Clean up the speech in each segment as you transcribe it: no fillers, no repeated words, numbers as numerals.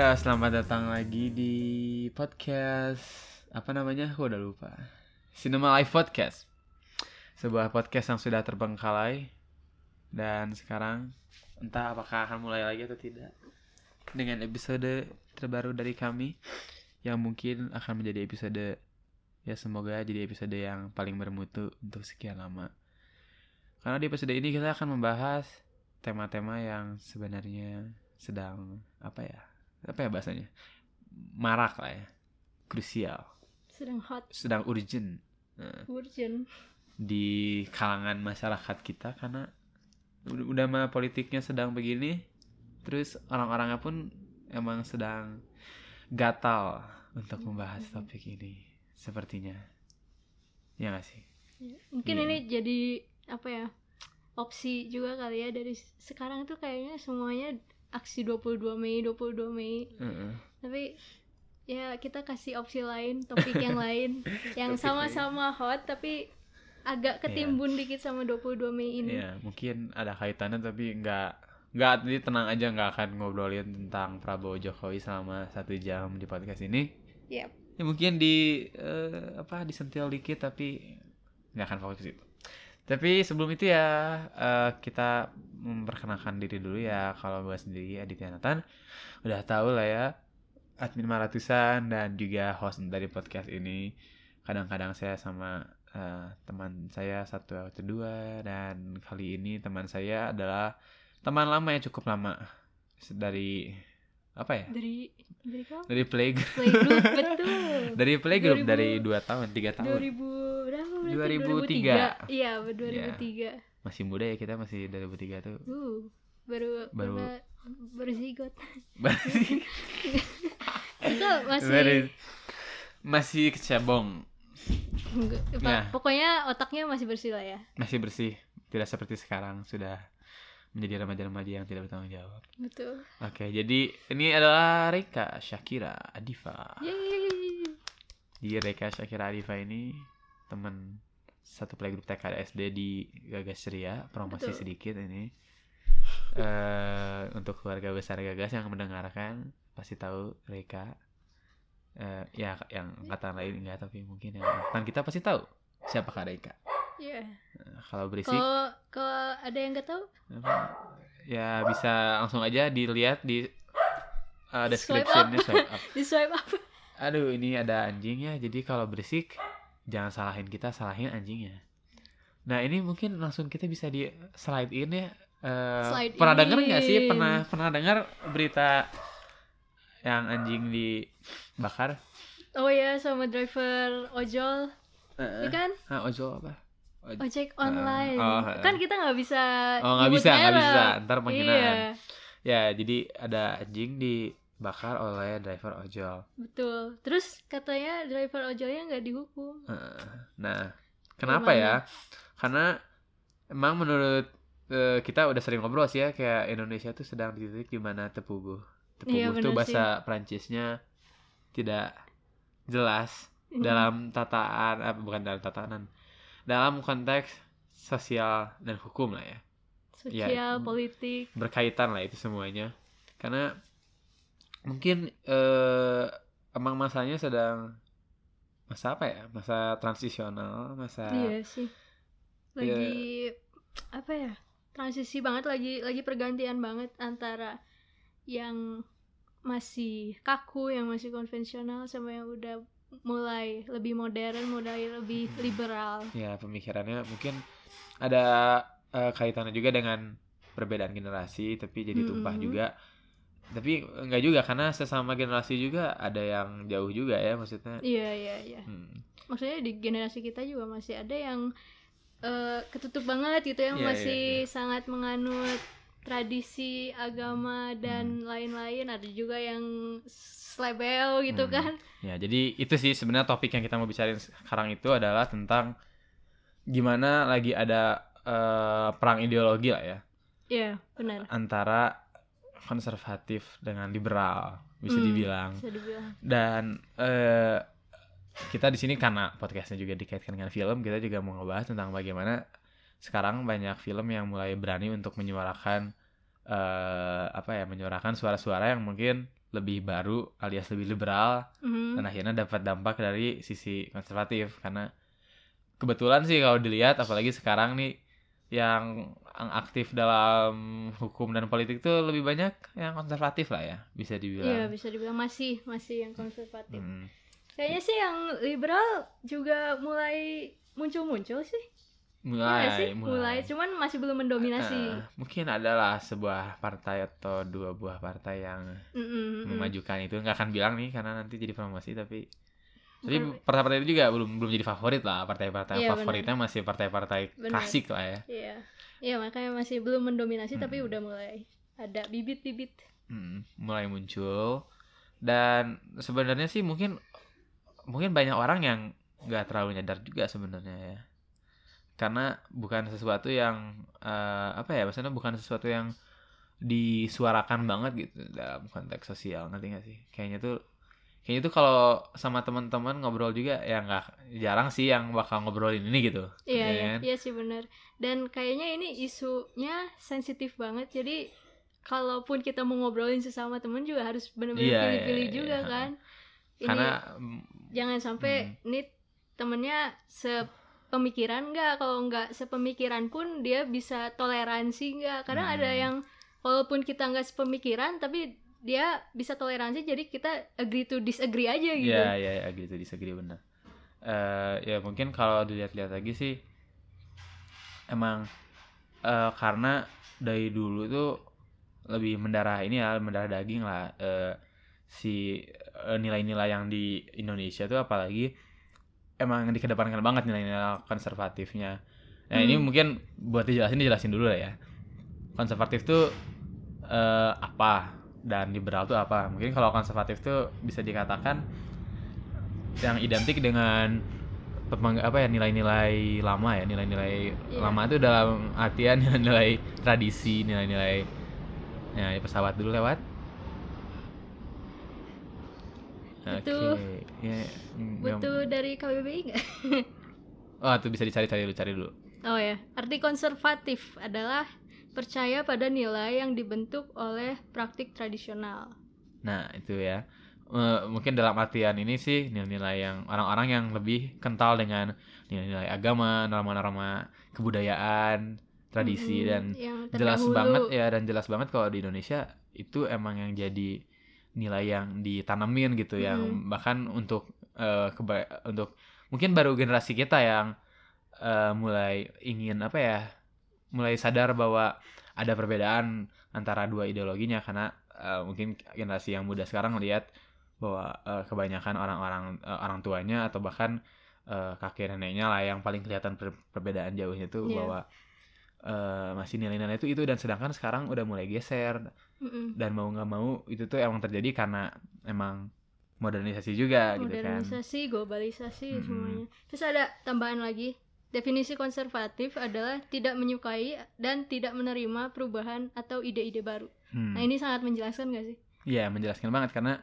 Ya, selamat datang lagi di podcast apa namanya? Aku udah lupa. Cinema Live Podcast. Sebuah podcast yang sudah terbengkalai dan sekarang entah apakah akan mulai lagi atau tidak dengan episode terbaru dari kami yang mungkin akan menjadi episode, ya semoga jadi episode yang paling bermutu untuk sekian lama. Karena di episode ini kita akan membahas tema-tema yang sebenarnya sedang apa ya bahasanya, marak lah ya, krusial, sedang hot, sedang urgent di kalangan masyarakat kita, karena udah mah politiknya sedang begini, terus orang-orangnya pun emang sedang gatal untuk membahas topik ini sepertinya, ya nggak sih? Mungkin ini jadi apa ya, opsi juga kali ya, dari sekarang tuh kayaknya semuanya aksi 22 Mei. Tapi ya kita kasih opsi lain, topik yang lain yang sama-sama hot tapi agak ketimbun dikit sama 22 Mei ini. Iya, mungkin ada kaitannya tapi enggak, jadi tenang aja, enggak akan ngobrolin tentang Prabowo Jokowi selama 1 jam di podcast ini. Yep. Ya mungkin disentil dikit tapi enggak akan fokus itu. Tapi sebelum itu ya kita memperkenalkan diri dulu ya. Kalau gue sendiri Aditya Nathan, udah tahu lah ya, admin Maratusan dan juga host dari podcast ini. Kadang-kadang saya sama teman saya satu atau dua, dan kali ini teman saya adalah teman lama yang cukup lama dari apa ya? Dari playgroup. Betul. Dari playgroup dari 2 tahun, 3 tahun. 2003. Iya, 2003. Ya. Masih muda ya kita, masih 2003 tuh. Baru zigot. Itu masih kecebong. Ya. Pokoknya otaknya masih bersih lah ya. Masih bersih, tidak seperti sekarang sudah menjadi remaja-remaja yang tidak bertanggung jawab. Betul. Oke, jadi ini adalah Reka Syakira Adifa. Yeay. Di Reka Syakira Adifa ini teman satu playgroup TK SD di Gagas Ceria. Promosi Betul. Sedikit ini untuk keluarga besar Gagas yang mendengarkan pasti tahu Reka. Ya yang angkatan lain enggak, tapi mungkin yang angkatan kita pasti tahu siapakah Reka. Iya. Kalau berisik, kalau ada yang nggak tahu, ya bisa langsung aja dilihat di description-nya, swipe up. Di swipe up. Aduh, ini ada anjingnya, jadi kalau berisik jangan salahin kita, salahin anjingnya. Nah, ini mungkin langsung kita bisa di slide in ya. Pernah dengar nggak sih? Pernah dengar berita yang anjing dibakar? Oh ya, sama driver ojol. Iya kan? Ojol apa? Ojek online. Kan kita nggak bisa. Nggak bisa. Ntar penghinaan. Iya. Ya, jadi ada anjing dibakar oleh driver ojol. Betul. Terus katanya driver ojolnya nggak dihukum. Nah, kenapa ya? Karena emang menurut kita udah sering ngobrol sih ya, kayak Indonesia tuh sedang di titik di mana tepuguh tuh bahasa Prancisnya tidak jelas dalam tataan, bukan dalam tatanan, dalam konteks sosial dan hukum lah ya. Sosial, politik. Berkaitan lah itu semuanya. Karena mungkin emang masanya sedang masa apa ya? Masa transisional, masa. Iya sih. Lagi apa ya? Transisi banget, lagi pergantian banget antara yang masih kaku, yang masih konvensional, sama yang udah mulai lebih modern, mulai lebih liberal. Ya, pemikirannya mungkin ada kaitannya juga dengan perbedaan generasi, tapi jadi tumpah juga. Tapi enggak juga, karena sesama generasi juga ada yang jauh juga ya, maksudnya. Iya. Maksudnya di generasi kita juga masih ada yang ketutup banget gitu, yang masih sangat menganut tradisi, agama dan lain-lain. Ada juga yang slebel gitu kan. Ya, jadi itu sih sebenarnya topik yang kita mau bicarain sekarang itu adalah tentang gimana lagi ada perang ideologi lah ya. Iya, benar. Antara konservatif dengan liberal, bisa dibilang. Dan kita di sini karena podcastnya juga dikaitkan dengan film, kita juga mau ngebahas tentang bagaimana sekarang banyak film yang mulai berani untuk menyuarakan menyuarakan suara-suara yang mungkin lebih baru alias lebih liberal, dan akhirnya dapat dampak dari sisi konservatif. Karena kebetulan sih kalau dilihat apalagi sekarang nih yang aktif dalam hukum dan politik tuh lebih banyak yang konservatif lah ya, bisa dibilang. Iya, bisa dibilang masih yang konservatif. Kayaknya sih yang liberal juga mulai muncul sih. Mulai, cuman masih belum mendominasi. Mungkin adalah sebuah partai atau dua buah partai yang memajukan itu. Nggak akan bilang nih karena nanti jadi promosi, tapi partai-partai itu juga belum jadi favorit lah. Partai-partai favoritnya bener. Masih partai-partai klasik lah ya. Iya, makanya masih belum mendominasi, tapi udah mulai ada bibit-bibit. Mulai muncul. Dan sebenarnya sih mungkin banyak orang yang nggak terlalu nyadar juga sebenarnya ya. Karena bukan sesuatu yang maksudnya bukan sesuatu yang disuarakan banget gitu dalam konteks sosial, ngerti nggak sih? Kayaknya tuh kalau sama teman-teman ngobrol juga ya nggak jarang sih yang bakal ngobrolin ini gitu. Iya sih benar. Dan kayaknya ini isunya sensitif banget, jadi kalaupun kita mau ngobrolin sesama teman juga harus benar-benar pilih-pilih juga kan. Karena jangan sampai nih temennya sepemikiran nggak, kalau nggak sepemikiran pun dia bisa toleransi nggak. Kadang ada yang walaupun kita nggak sepemikiran tapi dia bisa toleransi, jadi kita agree to disagree aja gitu. Iya, agree to disagree benar. Ya mungkin kalau dilihat-lihat lagi sih emang karena dari dulu tuh lebih mendarah daging lah nilai-nilai yang di Indonesia tuh, apalagi emang dikedepankan banget nilai-nilai konservatifnya. Nah ini mungkin buat dijelasin dulu lah ya. Konservatif tuh apa dan liberal tuh apa? Mungkin kalau konservatif tuh bisa dikatakan yang identik dengan nilai-nilai lama ya, nilai-nilai lama itu dalam artian nilai tradisi, nilai-nilai pesawat dulu lewat. Itu butuh dari KBBI nggak? Oh, itu bisa cari dulu. Oh ya, arti konservatif adalah percaya pada nilai yang dibentuk oleh praktik tradisional. Nah itu ya, mungkin dalam artian ini sih nilai-nilai yang orang-orang yang lebih kental dengan nilai-nilai agama, norma-norma kebudayaan, tradisi, dan jelas banget kalau di Indonesia itu emang yang jadi nilai yang ditanamin gitu, yang bahkan untuk mungkin baru generasi kita yang mulai ingin mulai sadar bahwa ada perbedaan antara dua ideologinya, karena mungkin generasi yang muda sekarang melihat bahwa kebanyakan orang tuanya atau bahkan kakek neneknya lah yang paling kelihatan perbedaan jauhnya itu bahwa masih nilai-nilai itu, dan sedangkan sekarang udah mulai geser. Dan mau nggak mau itu tuh emang terjadi karena emang modernisasi juga gitu kan. Modernisasi, globalisasi semuanya. Terus ada tambahan lagi. Definisi konservatif adalah tidak menyukai dan tidak menerima perubahan atau ide-ide baru. Nah ini sangat menjelaskan gak sih? Iya, menjelaskan banget karena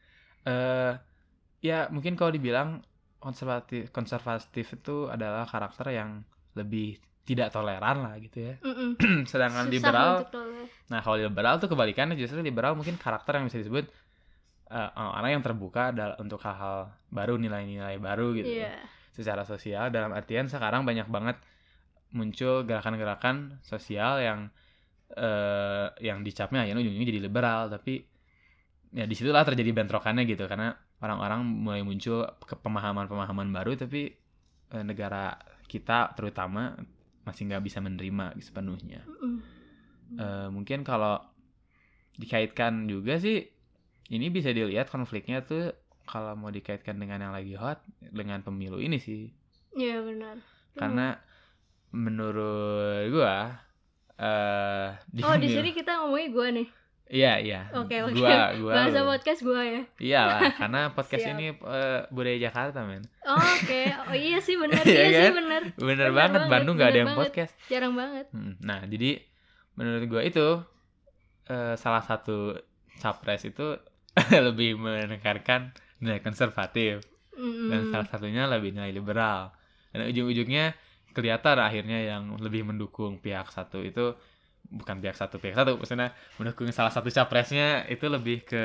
ya mungkin kalau dibilang konservatif itu adalah karakter yang lebih tidak toleran lah gitu ya. Sedangkan susah liberal, nah kalau liberal tuh kebalikannya, justru liberal mungkin karakter yang bisa disebut orang yang terbuka untuk hal-hal baru, nilai-nilai baru gitu. Secara sosial, dalam artian sekarang banyak banget muncul gerakan-gerakan sosial yang dicapnya akhirnya ujung-ujungnya jadi liberal, tapi ya disitulah terjadi bentrokannya gitu, karena orang-orang mulai muncul ke pemahaman-pemahaman baru, tapi negara kita terutama masih nggak bisa menerima sepenuhnya. Mungkin kalau dikaitkan juga sih, ini bisa dilihat konfliknya tuh kalau mau dikaitkan dengan yang lagi hot, dengan pemilu ini sih. Iya benar. Karena menurut gua di sini kita ngomongin gua nih. Iya. Oke. Gua bahasa podcast gua ya. Iyalah, karena podcast ini budaya Jakarta, men. Oke. Oh iya sih benar. Iya sih benar. Benar banget, Bandung nggak ada yang podcast. Jarang banget. Nah, jadi menurut gua itu salah satu capres itu lebih menekankan nilai konservatif, dan salah satunya lebih nilai liberal, dan ujung-ujungnya kelihatan akhirnya yang lebih mendukung pihak satu itu bukan pihak satu, maksudnya mendukung salah satu capresnya itu lebih ke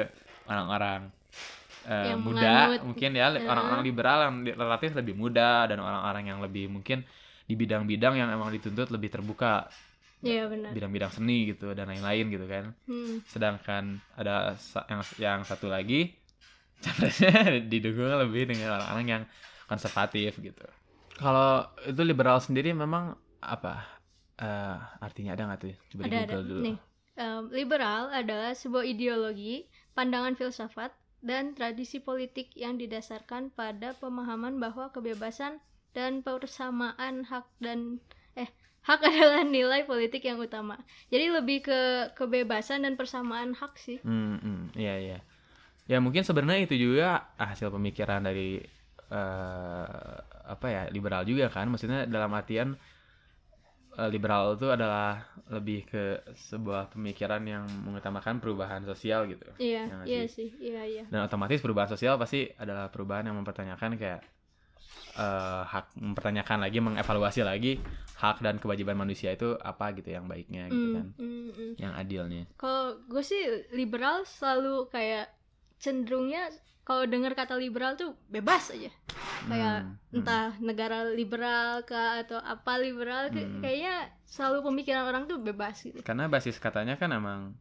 orang-orang Yang muda menganut, mungkin ya, orang-orang liberal yang relatif lebih muda, dan orang-orang yang lebih mungkin di bidang-bidang yang emang dituntut lebih terbuka, Iya benar. bidang-bidang seni gitu dan lain-lain gitu kan. Sedangkan ada yang satu lagi capresnya didukung lebih dengan orang-orang yang konservatif gitu. Kalau itu liberal sendiri memang apa artinya, ada nggak tuh? Coba di Google dulu. Nih, liberal adalah sebuah ideologi, pandangan filsafat, dan tradisi politik yang didasarkan pada pemahaman bahwa kebebasan dan persamaan hak adalah nilai politik yang utama. Jadi lebih ke kebebasan dan persamaan hak sih. Iya. Ya mungkin sebenarnya itu juga hasil pemikiran dari liberal juga kan. Maksudnya dalam artian liberal itu adalah lebih ke sebuah pemikiran yang mengutamakan perubahan sosial gitu. Iya sih. Dan otomatis perubahan sosial pasti adalah perubahan yang mempertanyakan kayak mempertanyakan lagi, mengevaluasi lagi hak dan kewajiban manusia itu apa gitu yang baiknya gitu kan, yang adilnya. Kalau gue sih liberal selalu kayak cenderungnya kalau dengar kata liberal tuh bebas aja, kayak entah negara liberal kah atau apa liberal, kayaknya selalu pemikiran orang tuh bebas gitu. Karena basis katanya kan emang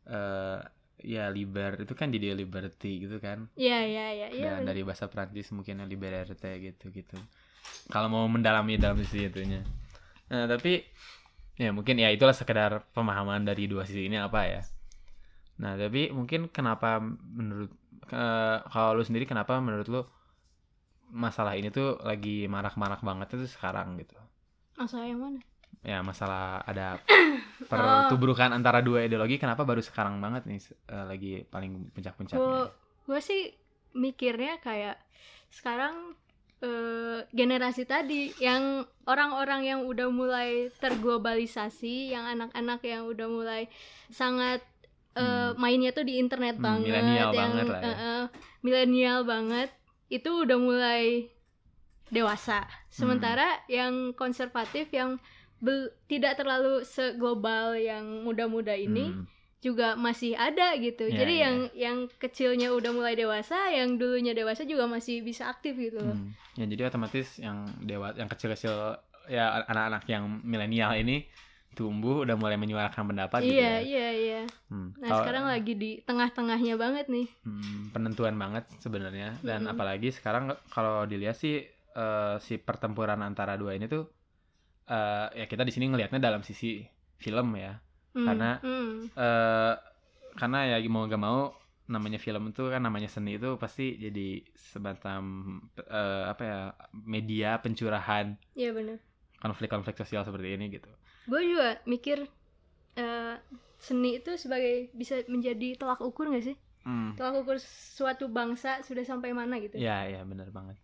ya liber itu kan jadi liberty gitu kan. Iya. Dan dari bahasa Prancis mungkin liberté gitu. Kalau mau mendalami dalam sisi itunya. Nah, tapi ya mungkin ya itulah sekedar pemahaman dari dua sisi ini apa ya. Nah, tapi mungkin kenapa menurut kalau lu sendiri, kenapa menurut lu masalah ini tuh lagi marak-marak banget itu sekarang gitu? Masalah yang mana? Ya masalah ada pertubrukan antara dua ideologi, kenapa baru sekarang banget nih lagi paling puncak-puncaknya? Gue sih mikirnya kayak sekarang generasi tadi yang orang-orang yang udah mulai terglobalisasi, yang anak-anak yang udah mulai sangat mainnya tuh di internet banget, milenial yang banget lah ya. Milenial banget itu udah mulai dewasa. Sementara yang konservatif yang tidak terlalu seglobal yang muda-muda ini juga masih ada gitu. Jadi yang kecilnya udah mulai dewasa, yang dulunya dewasa juga masih bisa aktif gitu loh. Ya jadi otomatis yang kecil-kecil ya, anak-anak yang milenial ini tumbuh udah mulai menyuarakan pendapat gitu ya. Iya. Nah, sekarang lagi di tengah-tengahnya banget nih. Penentuan banget sebenarnya. Dan apalagi sekarang kalau dilihat sih si pertempuran antara dua ini tuh ya kita di sini ngelihatnya dalam sisi film ya. Karena ya mau gak mau namanya film itu kan, namanya seni itu pasti jadi semacam media pencurahan. Iya benar. Konflik-konflik sosial seperti ini gitu. Gue juga mikir seni itu sebagai bisa menjadi tolak ukur gak sih? Tolak ukur suatu bangsa sudah sampai mana gitu. Ya benar banget.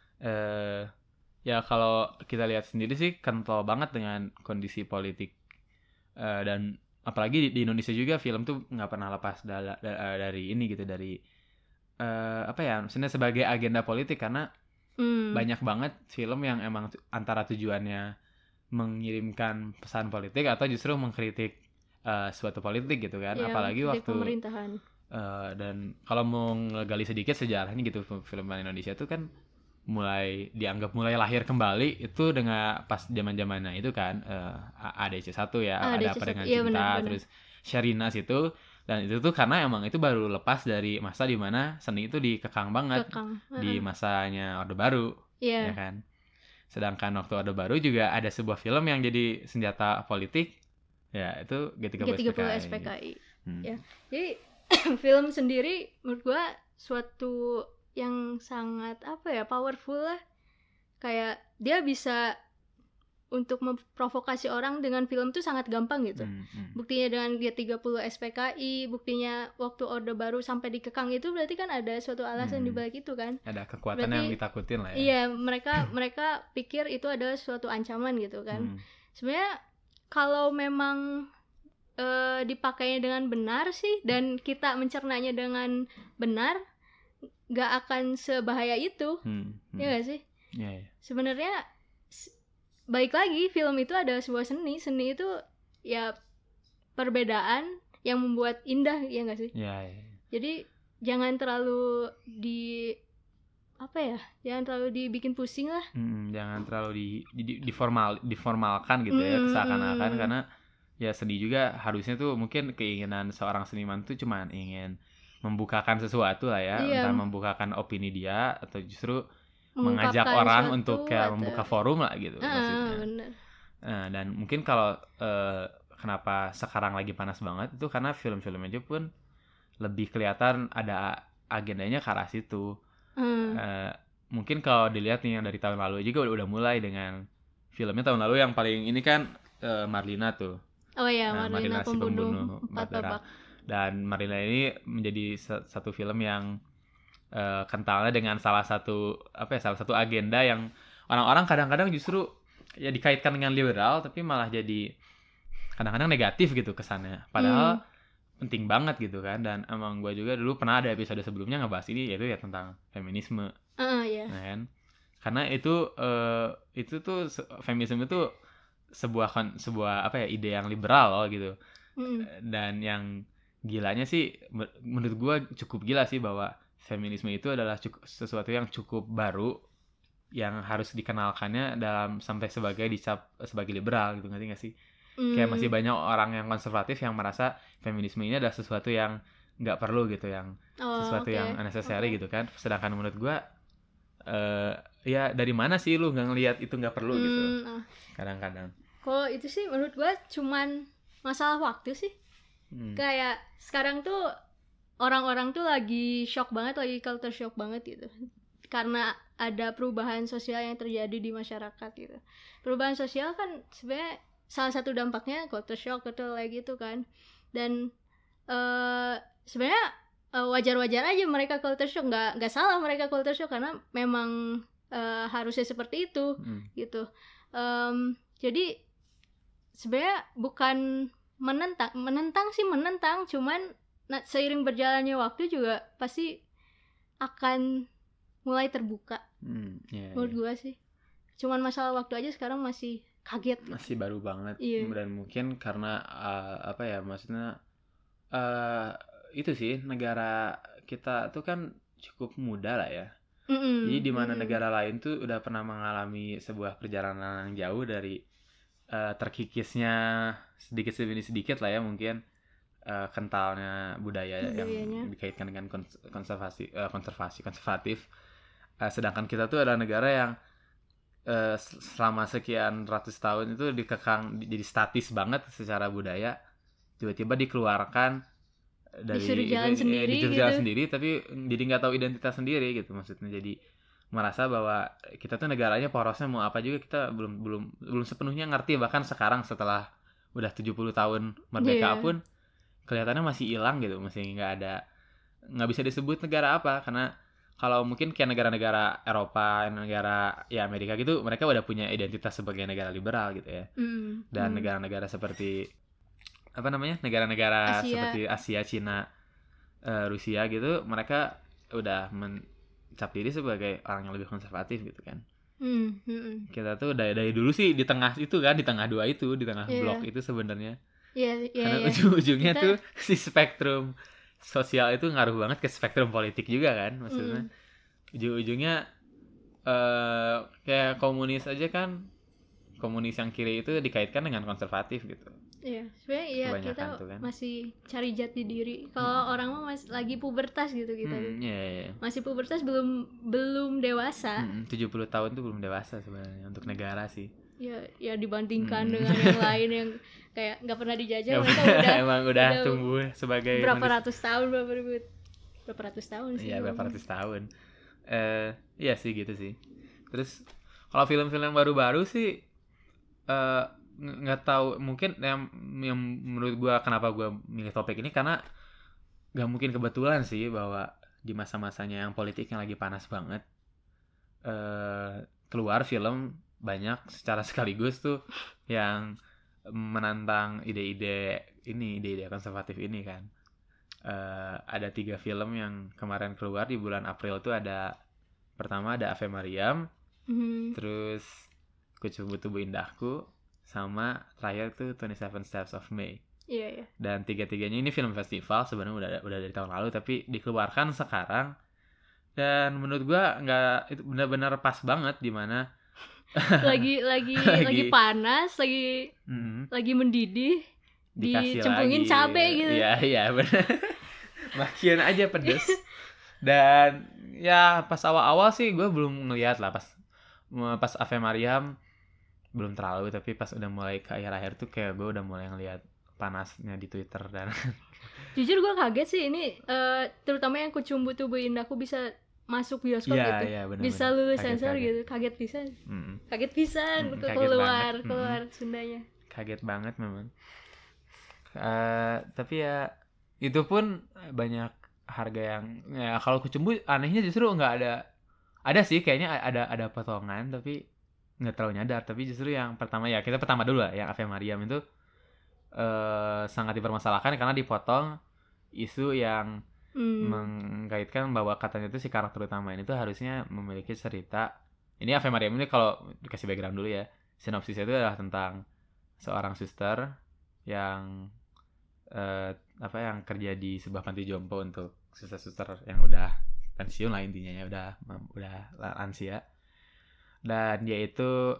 Ya kalau kita lihat sendiri sih kental banget dengan kondisi politik, dan apalagi di Indonesia juga film tuh nggak pernah lepas dari ini gitu, dari maksudnya sebagai agenda politik, karena banyak banget film yang emang antara tujuannya mengirimkan pesan politik atau justru mengkritik suatu politik gitu kan. Apalagi waktu pemerintahan. Dan kalau mau ngegali sedikit sejarahnya gitu, film Indonesia tuh kan dianggap mulai lahir kembali itu dengan pas zaman-zamannya itu kan ADC 1 ya, Ada Apa Dengan Cinta, bener. Terus Sherina situ, dan itu tuh karena emang itu baru lepas dari masa di mana seni itu dikekang banget di masanya Orde Baru, ya kan. Sedangkan waktu Orde Baru juga ada sebuah film yang jadi senjata politik, ya itu G30 SPKI. Ya. Jadi film sendiri menurut gua suatu yang sangat powerful lah, kayak dia bisa untuk memprovokasi orang dengan film tuh sangat gampang gitu. Buktinya dengan G30 SPKI, buktinya waktu Orde Baru sampai dikekang itu berarti kan ada suatu alasan di balik itu kan. Ada kekuatan berarti, yang ditakutin lah ya. Iya, mereka pikir itu adalah suatu ancaman gitu kan. Sebenarnya kalau memang dipakainya dengan benar sih, dan kita mencernanya dengan benar, gak akan sebahaya itu. Ya gak sih? Yeah. Sebenarnya baik lagi, film itu adalah sebuah seni itu ya perbedaan yang membuat indah, ya gak sih? Yeah. Jadi jangan terlalu jangan terlalu dibikin pusing lah. Jangan terlalu diformalkan gitu ya, seakan-akan, karena ya sedih juga. Harusnya tuh mungkin keinginan seorang seniman tuh cuman ingin membukakan sesuatu lah ya, entah membukakan opini dia atau justru mengajak orang untuk kayak membuka forum lah gitu maksudnya. Bener. Dan mungkin kalau kenapa sekarang lagi panas banget itu karena film-film aja pun lebih kelihatan ada agendanya ke arah situ. Mungkin kalau dilihat nih yang dari tahun lalu juga udah mulai dengan filmnya tahun lalu yang paling ini kan Marlina tuh. Oh iya, Marlina si pembunuh 4 Perak. Dan Marlina ini menjadi satu film yang kentalnya dengan salah satu agenda yang orang-orang kadang-kadang justru ya dikaitkan dengan liberal tapi malah jadi kadang-kadang negatif gitu kesannya. Padahal penting banget gitu kan. Dan emang gue juga dulu pernah ada episode sebelumnya ngebahas ini, yaitu ya tentang feminisme. Yeah. Nah, kan? Karena itu tuh feminisme itu sebuah ide yang liberal loh gitu. Dan yang gilanya sih menurut gue cukup gila sih bahwa feminisme itu adalah sesuatu yang cukup baru yang harus dikenalkannya dalam sampai dicap sebagai liberal gitu, ngerti gak sih? Kayak masih banyak orang yang konservatif yang merasa feminisme ini adalah sesuatu yang nggak perlu gitu, yang sesuatu yang unnecessary gitu kan. Sedangkan menurut gue ya dari mana sih lu nggak ngelihat itu nggak perlu gitu kadang-kadang. Kalau itu sih menurut gue cuman masalah waktu sih. Kayak sekarang tuh orang-orang tuh lagi culture shock banget gitu, karena ada perubahan sosial yang terjadi di masyarakat gitu. Perubahan sosial kan sebenarnya salah satu dampaknya culture shock gitu lagi gitu kan. Dan sebenarnya wajar-wajar aja mereka culture shock, nggak salah mereka culture shock karena memang harusnya seperti itu gitu. Jadi sebenarnya bukan menentang, cuman seiring berjalannya waktu juga pasti akan mulai terbuka. Menurut gue sih cuman masalah waktu aja, sekarang masih kaget gitu. Masih baru banget. Dan mungkin karena maksudnya itu sih, negara kita tuh kan cukup muda lah ya. Jadi di mana negara lain tuh udah pernah mengalami sebuah perjalanan yang jauh dari terkikisnya sedikit demi sedikit lah ya, mungkin kentalnya budaya yang dikaitkan dengan konservatif. Sedangkan kita tuh adalah negara yang selama sekian ratus tahun itu dikekang jadi statis banget secara budaya, tiba-tiba dikeluarkan dari disuruh jalan sendiri, tapi jadi nggak tahu identitas sendiri gitu. Maksudnya jadi merasa bahwa kita tuh negaranya porosnya mau apa juga kita belum sepenuhnya ngerti. Bahkan sekarang setelah udah 70 tahun merdeka pun kelihatannya masih hilang gitu, masih nggak bisa disebut negara apa. Karena kalau mungkin kayak negara-negara Eropa, negara ya Amerika gitu, mereka udah punya identitas sebagai negara liberal gitu ya. Dan negara-negara seperti negara-negara seperti Asia, Cina, Rusia gitu, mereka udah mencap diri sebagai orang yang lebih konservatif gitu kan. Kita tuh dari dulu sih di tengah itu kan, di tengah dua itu, di tengah blok itu sebenarnya. Karena ujung-ujungnya tuh si spektrum sosial itu ngaruh banget ke spektrum politik juga kan. Maksudnya ujung-ujungnya kayak komunis aja kan, komunis yang kiri itu dikaitkan dengan konservatif gitu. Iya, sebenarnya kita kan masih cari jati diri. Kalau orang mah masih lagi pubertas gitu kita. Masih pubertas, belum dewasa. 70 tahun tuh belum dewasa sebenarnya untuk negara sih. Ya dibandingkan dengan yang lain yang kayak nggak pernah dijajah, mereka udah tumbuh sebagai berapa ratus tahun sih. Iya, berapa ratus tahun. Iya sih gitu sih. Terus kalau film-film yang baru-baru sih nggak tahu, mungkin yang menurut gue kenapa gue milih topik ini karena nggak mungkin kebetulan sih bahwa di masa-masanya yang politik yang lagi panas banget keluar film banyak secara sekaligus tuh yang menantang ide-ide konservatif ini kan. Ada 3 film yang kemarin keluar di bulan April tuh. Pertama ada Ave Mariam, terus Kucubu Tubuh Indahku, sama terakhir tuh 27 Steps of May. Iya. Dan tiga-tiganya ini film festival sebenarnya udah dari tahun lalu tapi dikeluarkan sekarang. Dan menurut gua nggak, itu benar-benar pas banget di mana lagi panas, lagi mendidih, dicemplungin cabe gitu. Iya benar. Makin aja pedes. Dan ya pas awal-awal sih gue belum ngeliat lah, pas Ave Mariam belum terlalu, tapi pas udah mulai ke akhir-akhir tuh kayak gue udah mulai ngeliat panasnya di Twitter. Dan jujur gue kaget sih ini, terutama yang Kucumbu Tubuh Indahku bisa masuk bioskop gitu, bener, bisa lulus sensor gitu, kaget pisan. Keluar Sundanya. Kaget banget memang. Tapi ya itu pun banyak harga yang ya, kalau Kucumbu anehnya justru nggak ada sih kayaknya ada potongan tapi nggak terlalu nyadar. Tapi justru yang pertama, ya kita pertama dulu lah, yang Ave Mariam itu sangat dipermasalahkan karena dipotong isu yang mengkaitkan bahwa katanya itu si karakter utama ini tuh harusnya memiliki cerita. Ini Ave Mariam ini kalau dikasih background dulu ya, sinopsisnya itu adalah tentang seorang suster yang yang kerja di sebuah panti jompo untuk suster-suster yang udah pensiun lah, intinya ya udah lansia. Dan dia itu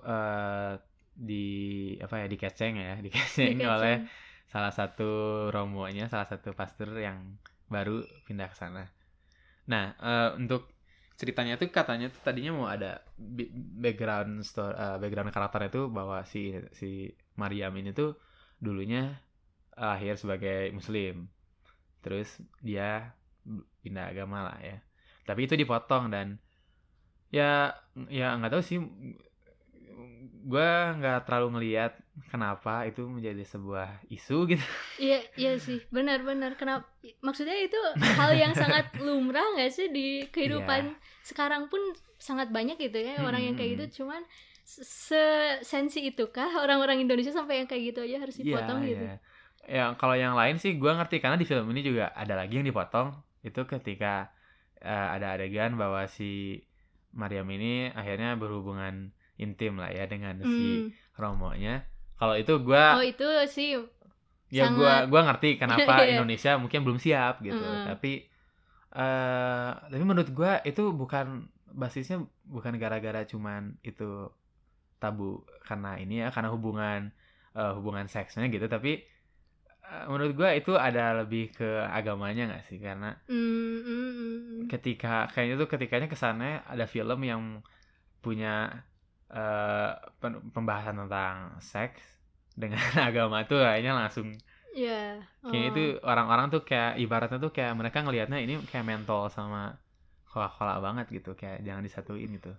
dikeceng oleh salah satu romonya, salah satu pastor yang baru pindah ke sana. Nah, untuk ceritanya tuh katanya tuh tadinya mau ada background karakternya tuh bahwa si Mariam ini tuh dulunya lahir sebagai Muslim, terus dia pindah agama lah ya. Tapi itu dipotong dan ya nggak tahu sih, gue nggak terlalu ngelihat kenapa itu menjadi sebuah isu gitu. Iya sih, benar. Kenapa? Maksudnya itu hal yang sangat lumrah nggak sih di kehidupan sekarang pun sangat banyak gitu ya orang yang kayak gitu. Cuman sesensi itukah orang-orang Indonesia sampai yang kayak gitu aja harus dipotong gitu? Ya kalau yang lain sih gue ngerti, karena di film ini juga ada lagi yang dipotong. Itu ketika ada adegan bahwa si Mariam ini akhirnya berhubungan intim lah ya dengan si romonya. Kalau itu gue itu sih ya gue ngerti kenapa Indonesia mungkin belum siap gitu. Tapi menurut gue itu basisnya bukan gara-gara cuman itu tabu karena ini ya, karena hubungan seksnya gitu. Tapi menurut gue itu ada lebih ke agamanya nggak sih? Karena ketikanya kesannya ada film yang punya pembahasan tentang seks dengan agama tuh kayaknya langsung kayaknya itu orang-orang tuh kayak ibaratnya tuh kayak mereka ngelihatnya ini kayak mentol sama Coca-Cola banget gitu, kayak jangan disatuin gitu.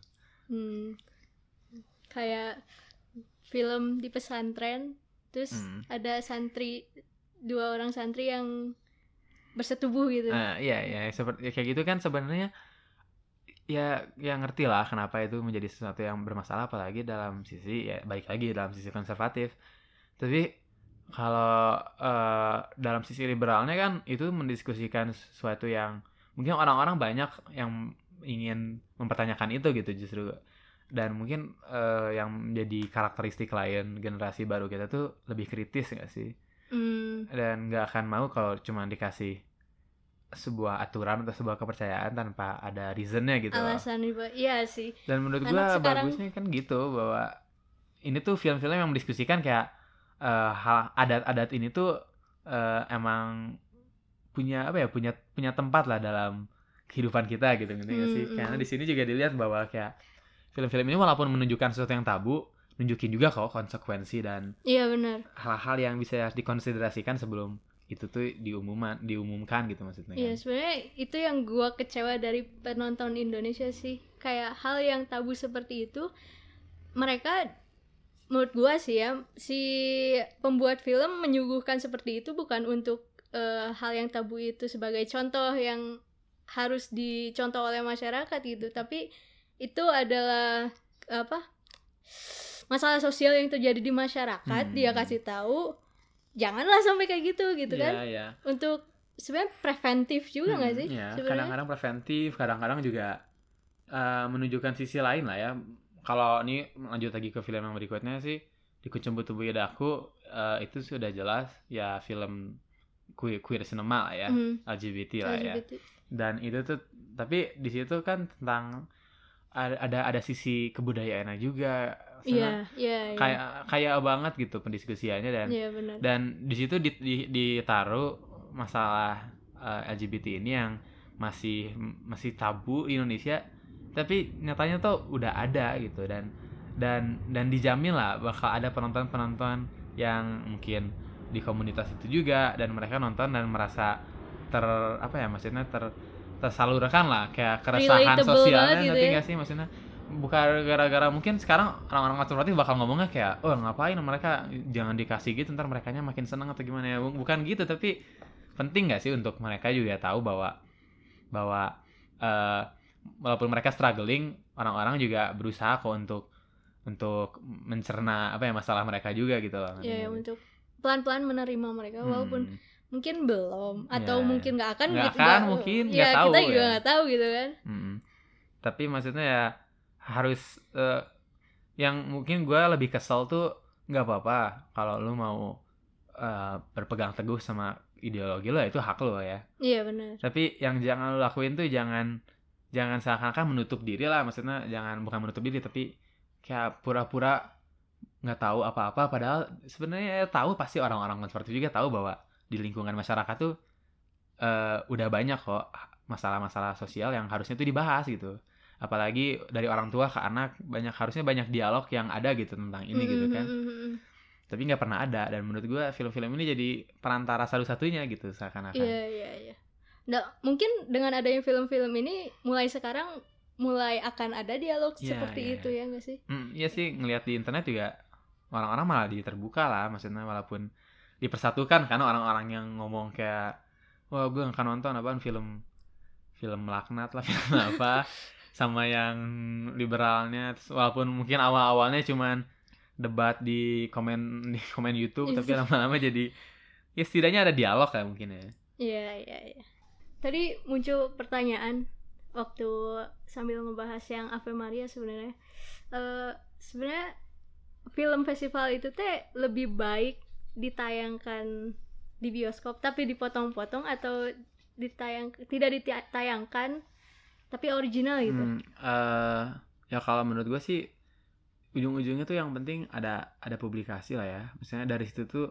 Kayak film di pesantren terus ada dua orang santri yang bersetubuh gitu. Iya seperti kayak gitu kan sebenarnya ya ngerti lah kenapa itu menjadi sesuatu yang bermasalah, apalagi dalam sisi konservatif. Tapi kalau dalam sisi liberalnya kan itu mendiskusikan sesuatu yang mungkin orang-orang banyak yang ingin mempertanyakan itu gitu justru. Dan mungkin yang menjadi karakteristik lain generasi baru kita tuh lebih kritis nggak sih? Dan nggak akan mau kalau cuma dikasih sebuah aturan atau sebuah kepercayaan tanpa ada reasonnya gitu. Alasan iya sih. Dan menurut gue bagusnya kan gitu, bahwa ini tuh film-film yang mendiskusikan kayak hal adat-adat ini tuh emang punya tempat lah dalam kehidupan kita gitu sih. Karena di sini juga dilihat bahwa kayak film-film ini walaupun menunjukkan sesuatu yang tabu, nunjukin juga kok konsekuensi dan benar, hal-hal yang bisa dikonsiderasikan sebelum itu tuh diumumkan gitu maksudnya. Iya, sebenarnya itu yang gue kecewa dari penonton Indonesia sih. Kayak hal yang tabu seperti itu, mereka menurut gue sih ya, si pembuat film menyuguhkan seperti itu bukan untuk hal yang tabu itu sebagai contoh yang harus dicontoh oleh masyarakat gitu, tapi itu adalah masalah sosial yang terjadi di masyarakat. Dia kasih tahu janganlah sampai kayak gitu kan. Untuk sebenarnya preventif juga nggak sih? Kadang-kadang preventif, kadang-kadang juga menunjukkan sisi lain lah ya. Kalau ini lanjut lagi ke film yang berikutnya sih, di Kucing Tubuh Daku itu sudah jelas ya film queer cinema lah ya, LGBT lah ya. Dan itu tuh tapi di situ kan tentang ada sisi kebudayaannya juga. Iya. Kayak banget gitu pendiskusiannya dan di situ ditaruh masalah LGBT ini yang masih tabu di Indonesia, tapi nyatanya tuh udah ada gitu dan dijamin lah bakal ada penonton yang mungkin di komunitas itu juga dan mereka nonton dan merasa tersalurkan lah kayak keresahan sosialnya gitu nanti nggak sih maksudnya bukan gara-gara mungkin sekarang orang-orang konservatif bakal ngomongnya kayak ngapain mereka jangan dikasih gitu ntar merekanya makin seneng atau gimana ya, bukan gitu, tapi penting nggak sih untuk mereka juga tahu bahwa walaupun mereka struggling, orang-orang juga berusaha kok untuk mencerna masalah mereka juga gitu loh. Iya, untuk pelan-pelan menerima mereka walaupun mungkin belum atau mungkin nggak akan mungkin nggak tahu kita juga nggak tahu gitu kan. Tapi maksudnya ya harus yang mungkin gue lebih kesel tuh nggak apa-apa kalau lu mau berpegang teguh sama ideologi lo, itu hak lo ya. Iya benar. Tapi yang jangan lo lakuin tuh jangan seakan-akan menutup diri lah, maksudnya bukan menutup diri tapi kayak pura-pura nggak tahu apa-apa, padahal sebenarnya tahu, pasti orang-orang konservatif juga tahu bahwa di lingkungan masyarakat tuh udah banyak kok masalah-masalah sosial yang harusnya tuh dibahas gitu, apalagi dari orang tua ke anak, harusnya banyak dialog yang ada gitu tentang ini gitu kan. Tapi nggak pernah ada, dan menurut gue film-film ini jadi perantara satu-satunya gitu seakan-akan. Iya. Nah, mungkin dengan adanya film-film ini mulai sekarang akan ada dialog seperti itu ya nggak sih? Iya sih, ngelihat di internet juga orang-orang malah terbuka lah, maksudnya walaupun dipersatukan kan orang-orang yang ngomong kayak wah gue nggak akan nonton apaan film laknat lah film apa sama yang liberalnya, walaupun mungkin awal-awalnya cuman debat di komen YouTube tapi lama-lama jadi ya setidaknya ada dialog lah mungkin ya. Iya. Tadi muncul pertanyaan waktu sambil ngebahas yang Ave Maria sebenarnya. Sebenarnya film festival itu lebih baik ditayangkan di bioskop tapi dipotong-potong atau tidak ditayangkan tapi original gitu. Ya kalau menurut gue sih ujung-ujungnya tuh yang penting ada publikasi lah ya. Misalnya dari situ tuh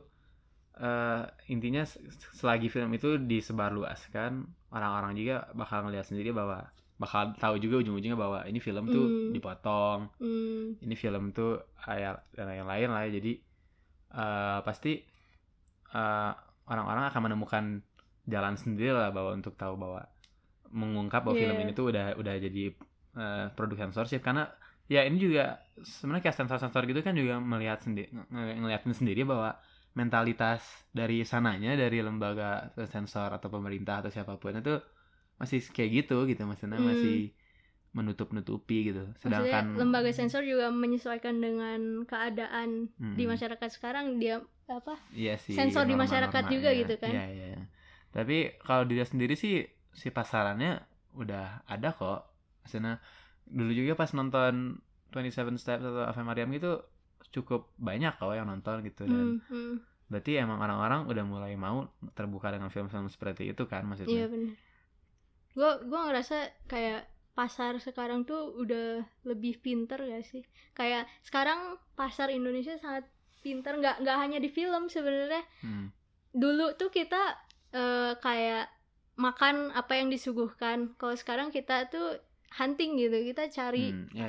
intinya selagi film itu disebarluaskan, orang-orang juga bakal ngelihat sendiri bahwa bakal tahu juga ujung-ujungnya bahwa ini film tuh dipotong, ini film tuh dan yang lain lah ya. Jadi pasti orang-orang akan menemukan jalan sendiri lah bahwa untuk tahu bahwa mengungkap bahwa film ini tuh udah jadi produk censorship, karena ya ini juga sebenarnya kayak sensor-sensor gitu kan juga ngeliatin sendiri bahwa mentalitas dari sananya, dari lembaga sensor atau pemerintah atau siapapun itu masih kayak gitu maksudnya masih menutup-nutupi gitu. Sedangkan maksudnya lembaga sensor juga menyesuaikan dengan keadaan di masyarakat sekarang, dia iya sih, sensor di masyarakat juga ya, gitu kan. Iya. Tapi kalau dilihat sendiri sih si pasarannya udah ada kok. Maksudnya dulu juga pas nonton 27 Steps atau Ave Maria gitu cukup banyak kok yang nonton gitu, dan berarti emang orang-orang udah mulai mau terbuka dengan film-film seperti itu kan maksudnya. Iya benar. Gue ngerasa kayak pasar sekarang tuh udah lebih pinter gak sih? Kayak sekarang pasar Indonesia sangat pinter, nggak hanya di film sebenarnya. Dulu tuh kita kayak makan apa yang disuguhkan. Kalau sekarang kita tuh hunting gitu, kita cari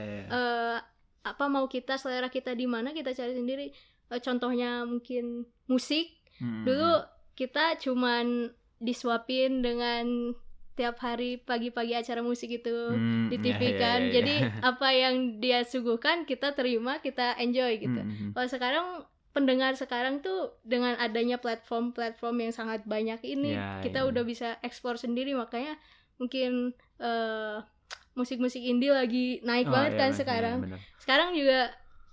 apa mau kita, selera kita di mana, kita cari sendiri. Contohnya mungkin musik. Dulu kita cuman disuapin dengan tiap hari pagi-pagi acara musik itu di TV kan. Jadi apa yang dia suguhkan kita terima, kita enjoy gitu. Kalau sekarang pendengar sekarang tuh dengan adanya platform yang sangat banyak ini, kita udah bisa explore sendiri, makanya mungkin musik-musik indie lagi naik banget kan sekarang. Sekarang juga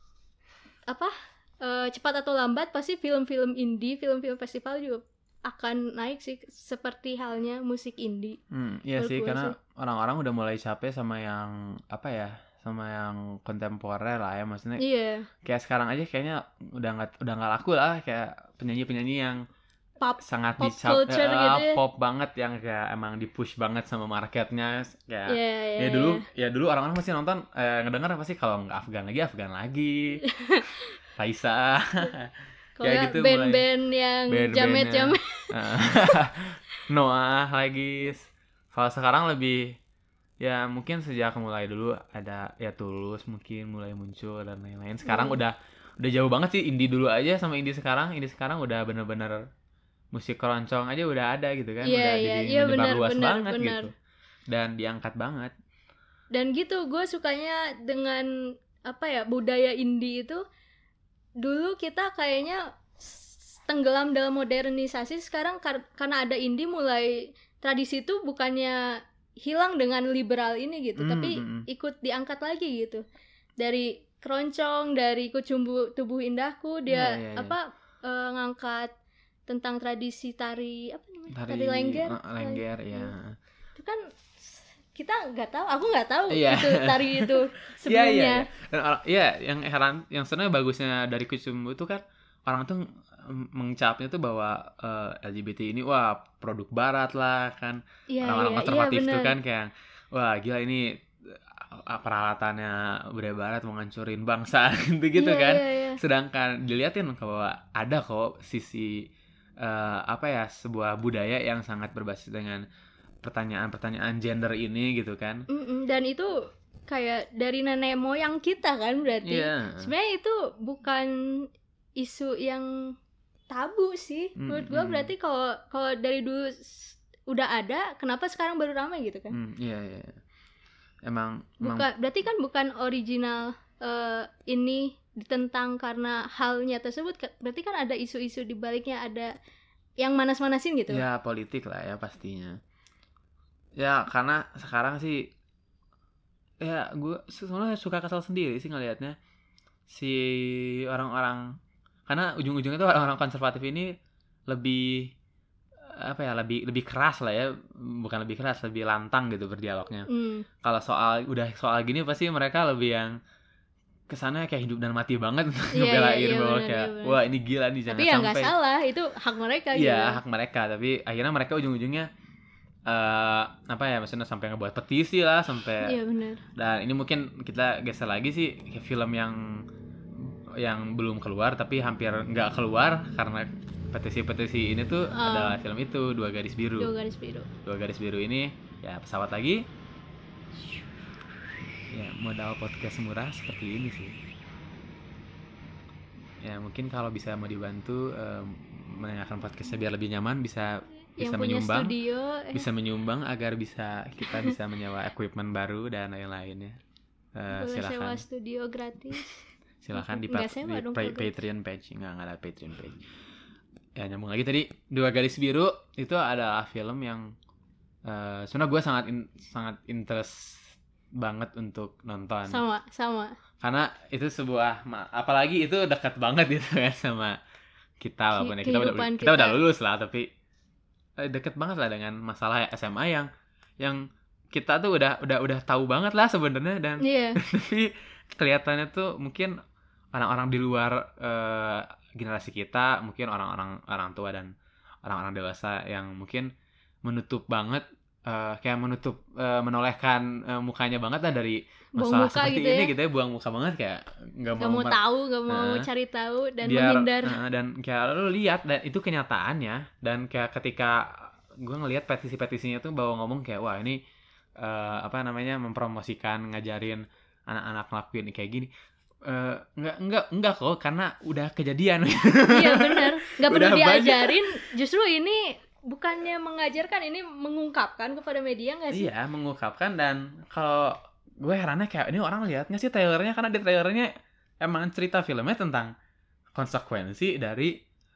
cepat atau lambat pasti film-film indie, film-film festival juga akan naik sih, seperti halnya musik indie. Iya sih, karena orang-orang udah mulai capek sama yang yang kontemporer lah ya, maksudnya Iya. kayak sekarang aja kayaknya udah nggak laku lah kayak penyanyi yang sangat pop culture gitu ya. Pop banget yang kayak emang di-push banget sama marketnya kayak dulu orang-orang masih nonton ngedenger pasti kalau nggak Afgan lagi Raisa kayak gitu band-band yang jamet-jamet Noah lagi. Kalau sekarang lebih ya mungkin sejak mulai dulu ada ya Tulus mungkin mulai muncul dan lain-lain. Sekarang udah jauh banget sih indie dulu aja sama indie sekarang udah bener-bener musik keroncong aja udah ada gitu kan. Udah jadi menyebar luas banget gitu. Dan diangkat banget. Dan gitu gue sukanya dengan budaya indie itu. Dulu kita kayaknya tenggelam dalam modernisasi, sekarang karena ada indie mulai tradisi itu bukannya hilang dengan liberal ini gitu, tapi ikut diangkat lagi gitu. Dari keroncong, dari Kucumbu Tubuh Indahku dia ngangkat tentang tradisi tari tari lengger ya. Itu kan kita nggak tahu, aku nggak tahu itu tari itu sebelumnya. Yang heran, yang sebenarnya bagusnya dari Kucumbu itu kan orang tuh mengcapnya tuh bahwa LGBT ini wah produk barat lah kan. Orang-orang konservatif tuh kan kayak wah gila ini peralatannya budaya barat mau ngancurin bangsa gitu kan. Sedangkan dilihatin bahwa ada kok sisi sebuah budaya yang sangat berbasis dengan pertanyaan gender ini gitu kan. Dan itu kayak dari nenek moyang kita kan berarti. Sebenarnya itu bukan isu yang tabu sih. Menurut gue berarti kalau dari dulu udah ada, kenapa sekarang baru ramai gitu kan? Emang berarti kan bukan original ini ditentang karena halnya tersebut. Berarti kan ada isu-isu di baliknya, ada yang manas-manasin gitu. Ya politik lah ya pastinya. Ya karena sekarang sih ya gue sebenarnya suka kesal sendiri sih ngelihatnya si orang-orang, karena ujung-ujungnya tuh orang-orang konservatif ini lebih lebih keras lah ya, bukan lebih keras, lebih lantang gitu berdialognya. Kalau soal gini pasti mereka lebih yang kesana kayak hidup dan mati banget ngebelain bahwa kayak wah ini gila nih, jangan tapi sampai. Tapi ya nggak salah, itu hak mereka gitu. Iya hak mereka, tapi akhirnya mereka ujung-ujungnya maksudnya sampai ngebuat petisi lah sampai. Iya benar. Dan ini mungkin kita geser lagi sih ke film yang belum keluar tapi hampir nggak keluar karena petisi ini tuh adalah film itu Dua Garis Biru. Dua Garis Biru ini ya pesawat lagi. Ya modal podcast murah seperti ini sih. Ya mungkin kalau bisa mau dibantu mendengarkan podcastnya biar lebih nyaman, bisa menyumbang studio, bisa menyumbang agar kita bisa menyewa equipment baru dan lain-lainnya. Silakan. Sewa studio gratis. Silakan di Patreon page. Nggak ada Patreon page. Ya nyambung lagi tadi, Dua Garis Biru itu adalah film yang sebenarnya gue sangat interest banget untuk nonton. Sama. Karena itu sebuah apalagi itu dekat banget gitu kan sama kita, walaupun kita udah lulus lah, tapi deket banget lah dengan masalah SMA yang kita tuh udah tahu banget lah sebenarnya, dan tapi kelihatannya tuh mungkin orang-orang di luar generasi kita, mungkin orang tua dan orang-orang dewasa yang mungkin menutup banget, menolehkan mukanya banget lah dari masalah seperti gitu ini gitu ya, buang muka banget, kayak nggak mau tahu, nggak mau cari tahu dan menghindar. Dan kayak lo lihat, dan itu kenyataannya, dan kayak ketika gue ngelihat petisi-petisinya tuh bawa ngomong kayak wah ini mempromosikan, ngajarin anak-anak ngelakuin kayak gini. Enggak kok, karena udah kejadian. Iya benar, nggak perlu diajarin, justru ini bukannya mengajarkan, ini mengungkapkan kepada media nggak sih? Iya, mengungkapkan. Dan kalau gue herannya kayak ini orang lihat nggak sih trailernya, karena di trailernya emang cerita filmnya tentang konsekuensi dari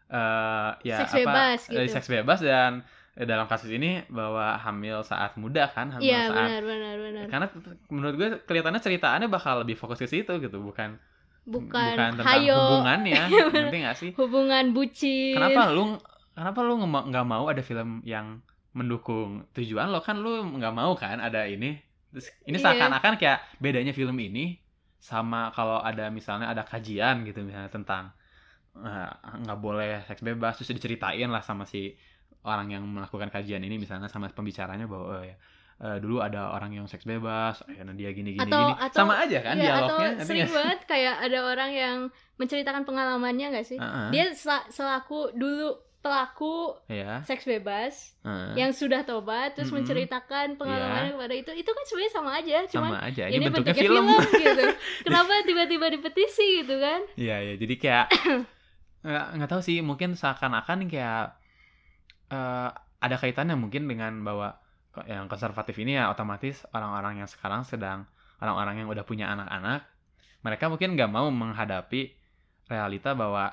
seks bebas dan dalam kasus ini bahwa hamil saat muda kan, benar. Karena menurut gue kelihatannya ceritaannya bakal lebih fokus ke situ gitu, bukan tentang hubungannya. Ngerti nggak sih? Hubungan bucin. Kenapa lu nggak mau ada film yang mendukung tujuan lo? Kan lu nggak mau kan ada ini Terus ini Iya. seakan-akan kayak bedanya film ini sama kalau ada misalnya ada kajian gitu misalnya tentang nggak boleh seks bebas, terus diceritain lah sama si orang yang melakukan kajian ini misalnya sama pembicaranya bahwa dulu ada orang yang seks bebas, akhirnya dia gini sama aja kan iya, dialognya. atau sering banget kayak ada orang yang menceritakan pengalamannya nggak sih? Dia selaku dulu pelaku seks bebas yang sudah tobat terus menceritakan pengalamannya kepada itu kan sebenarnya sama aja, cuman sama aja. ini bentuknya film gitu. Kenapa tiba-tiba dipetisi gitu kan? Iya, jadi kayak nggak tahu sih, mungkin seakan-akan kayak ada kaitannya mungkin dengan bahwa yang konservatif ini ya otomatis orang-orang yang sekarang orang-orang yang udah punya anak-anak, mereka mungkin nggak mau menghadapi realita bahwa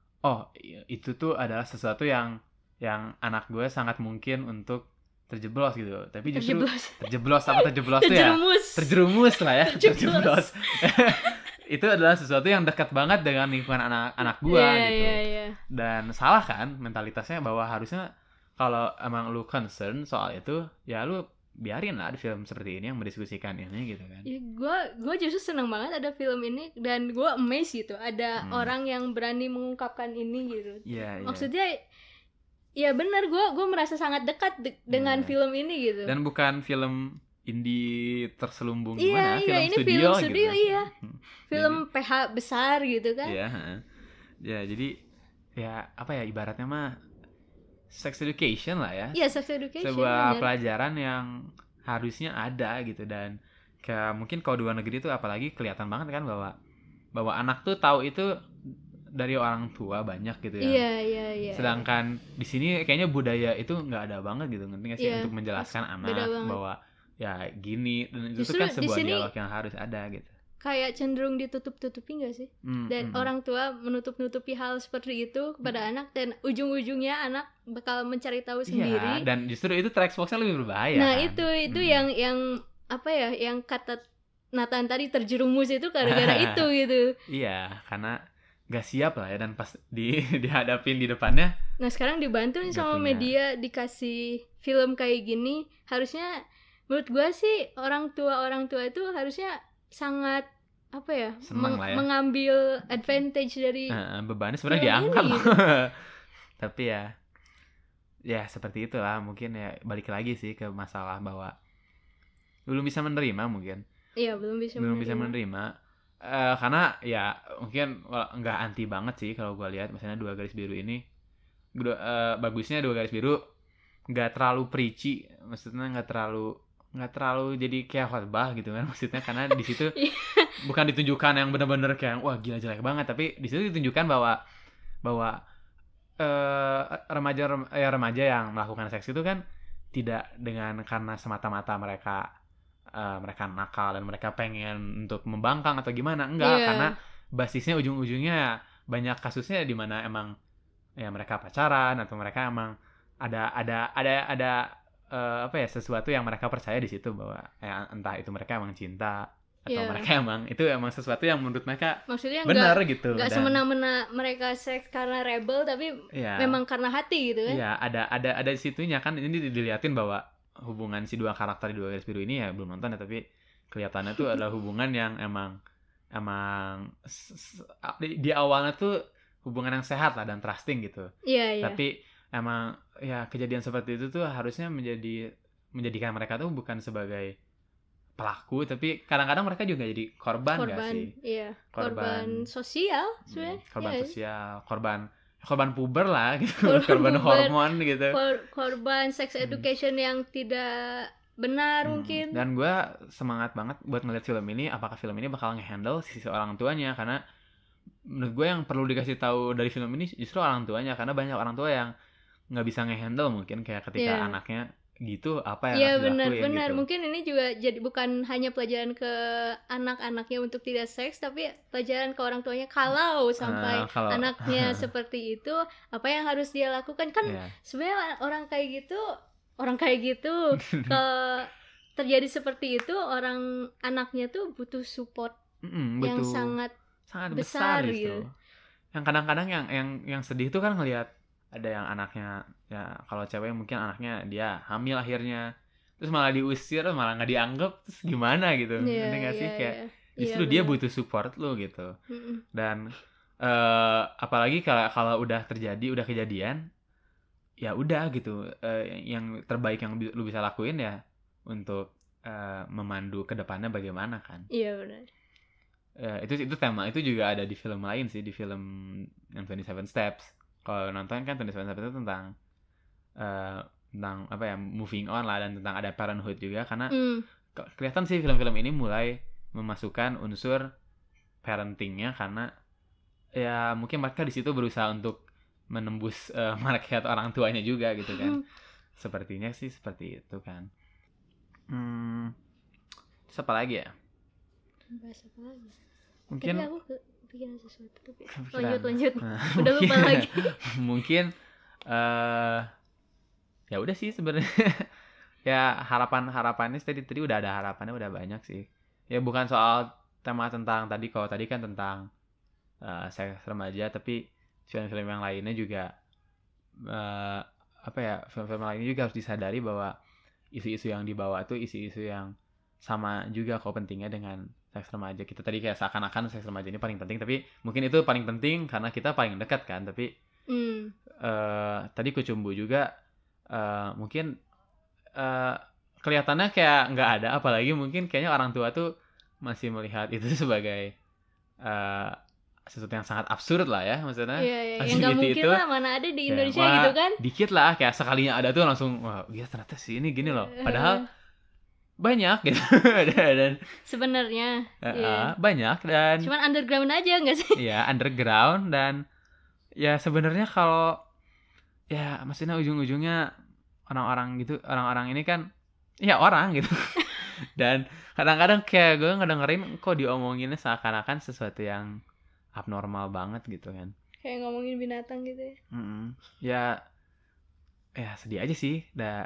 itu tuh adalah sesuatu yang anak gue sangat mungkin untuk terjeblos gitu, tapi justru terjeblos tuh ya terjerumus lah ya terjeblos. Itu adalah sesuatu yang dekat banget dengan lingkungan anak-anak gue gitu. Dan salah kan mentalitasnya bahwa harusnya kalau emang lu concern soal itu, ya lu biarin lah ada film seperti ini yang mendiskusikan ini gitu kan. Ya, gue justru seneng banget ada film ini dan gue amazed gitu ada orang yang berani mengungkapkan ini gitu. Maksudnya ya benar, gue merasa sangat dekat dengan film ini gitu. Dan bukan film indie terselubung gimana, film ini studio gitu. Iya. Film jadi, PH besar gitu kan. Iya, ya jadi ya apa ya ibaratnya mah sex education lah ya. Iya, sex education. Sebuah pelajaran yang harusnya ada gitu, dan kayak mungkin kalau di luar negeri itu apalagi kelihatan banget kan bahwa anak tuh tahu itu dari orang tua banyak gitu ya. Iya. Sedangkan di sini kayaknya budaya itu nggak ada banget gitu, ngerti nggak sih, untuk menjelaskan anak bahwa ya gini, dan itu kan sebuah dialog yang harus ada gitu. Kayak cenderung ditutup-tutupi gak sih? Dan orang tua menutup-nutupi hal seperti itu kepada anak, dan ujung-ujungnya anak bakal mencari tahu sendiri. Dan justru itu tereksposnya lebih berbahaya. Nah kan? itu yang apa ya, yang kata Nathan tadi terjerumus itu gara-gara itu gitu. Iya, karena gak siap lah ya, dan pas dihadapin di depannya. Nah sekarang dibantu nih sama media, dikasih film kayak gini. Harusnya menurut gue sih orang tua itu harusnya sangat apa ya, mengambil advantage dari bebannya sebenarnya diangkat loh. Tapi ya seperti itulah, mungkin ya balik lagi sih ke masalah bahwa belum bisa menerima mungkin. Iya, belum bisa menerima. Karena ya mungkin nggak anti banget sih kalau gue lihat, misalnya 2 garis biru ini bagusnya 2 garis biru nggak terlalu preachy, maksudnya nggak terlalu jadi kayak khotbah gitu kan, maksudnya karena di situ bukan ditunjukkan yang benar-benar kayak wah gila jelek banget, tapi di situ ditunjukkan bahwa remaja yang melakukan seks itu kan tidak dengan karena semata-mata mereka nakal dan mereka pengen untuk membangkang atau gimana, enggak, karena basisnya ujung-ujungnya banyak kasusnya di mana emang ya mereka pacaran atau mereka emang ada apa ya, sesuatu yang mereka percaya di situ, bahwa entah itu mereka emang cinta atau mereka emang sesuatu yang menurut mereka benar gitu. Nggak semena-mena mereka seks karena rebel, tapi memang karena hati gitu kan. Iya, ada di situnya kan. Ini dilihatin bahwa hubungan si 2 karakter di 2 garis biru ini, ya belum nonton ya, tapi kelihatannya tuh adalah hubungan yang emang di awalnya tuh hubungan yang sehat lah dan trusting gitu. Iya. Tapi emang ya kejadian seperti itu tuh harusnya menjadikan mereka tuh bukan sebagai pelaku, tapi kadang-kadang mereka juga jadi korban gak sih? Iya. Korban sosial sebenarnya. Korban sosial, korban puber lah gitu, korban hormon gitu. Korban sex education yang tidak benar mungkin. Dan gue semangat banget buat ngeliat film ini, apakah film ini bakal nge-handle sisi orang tuanya, karena menurut gue yang perlu dikasih tahu dari film ini justru orang tuanya, karena banyak orang tua yang nggak bisa nge-handle mungkin kayak ketika anaknya gitu, apa yang harus dilakuin benar. gitu. Mungkin ini juga jadi bukan hanya pelajaran ke anak-anaknya untuk tidak seks, tapi pelajaran ke orang tuanya kalau sampai anaknya seperti itu, apa yang harus dia lakukan kan. Sebenarnya orang kayak gitu kalau terjadi seperti itu, orang anaknya tuh butuh support yang sangat besar gitu. Yang kadang-kadang yang sedih tuh kan ngelihat ada yang anaknya, ya kalau cewek mungkin anaknya dia hamil akhirnya, terus malah diusir, malah nggak dianggap, terus gimana gitu. Ngerti nggak sih kayak justru dia butuh support lo gitu. Dan apalagi kalau udah kejadian ya udah gitu, yang terbaik yang lu bisa lakuin ya untuk memandu ke depannya bagaimana kan. Iya benar. Itu tema itu juga ada di film lain sih, di film yang 27 Steps. Kalau nonton kan 27 Steps itu tentang apa ya, moving on lah, dan tentang ada parenthood juga, karena kelihatan sih film-film ini mulai memasukkan unsur parentingnya, karena ya mungkin mereka di situ berusaha untuk menembus market orang tuanya juga gitu kan. Sepertinya sih seperti itu kan. Terus apa lagi ya? Bahas apa lagi? Mungkin aku kepikiran sesuatu tapi lanjut. Udah lupa lagi. Mungkin ya udah sih sebenarnya. Ya harapannya tadi udah ada harapannya, udah banyak sih. Ya bukan soal tema tentang tadi, kalau tadi kan tentang seks remaja, tapi film-film yang lainnya juga apa ya, film-film lainnya juga harus disadari bahwa isu-isu yang dibawa tuh isu-isu yang sama juga kok pentingnya dengan seks remaja. Kita tadi kayak seakan-akan seks remaja ini paling penting, tapi mungkin itu paling penting karena kita paling dekat kan. Tapi tadi Kucumbu juga mungkin kelihatannya kayak nggak ada, apalagi mungkin kayaknya orang tua tuh masih melihat itu sebagai sesuatu yang sangat absurd lah ya, maksudnya. Iya, yang nggak mungkin lah, mana ada di Indonesia ya, gitu kan. Dikit lah, kayak sekalinya ada tuh langsung, wah iya ternyata sih ini gini loh, padahal banyak gitu. Dan sebenarnya banyak, dan cuman underground aja nggak sih? Iya, underground. Dan ya sebenarnya kalau ya maksudnya ujung-ujungnya orang-orang ini kan ya orang gitu. Dan kadang-kadang kayak gue ngedengerin kok diomonginnya seakan-akan sesuatu yang abnormal banget gitu kan, kayak ngomongin binatang gitu ya. Ya sedih aja sih.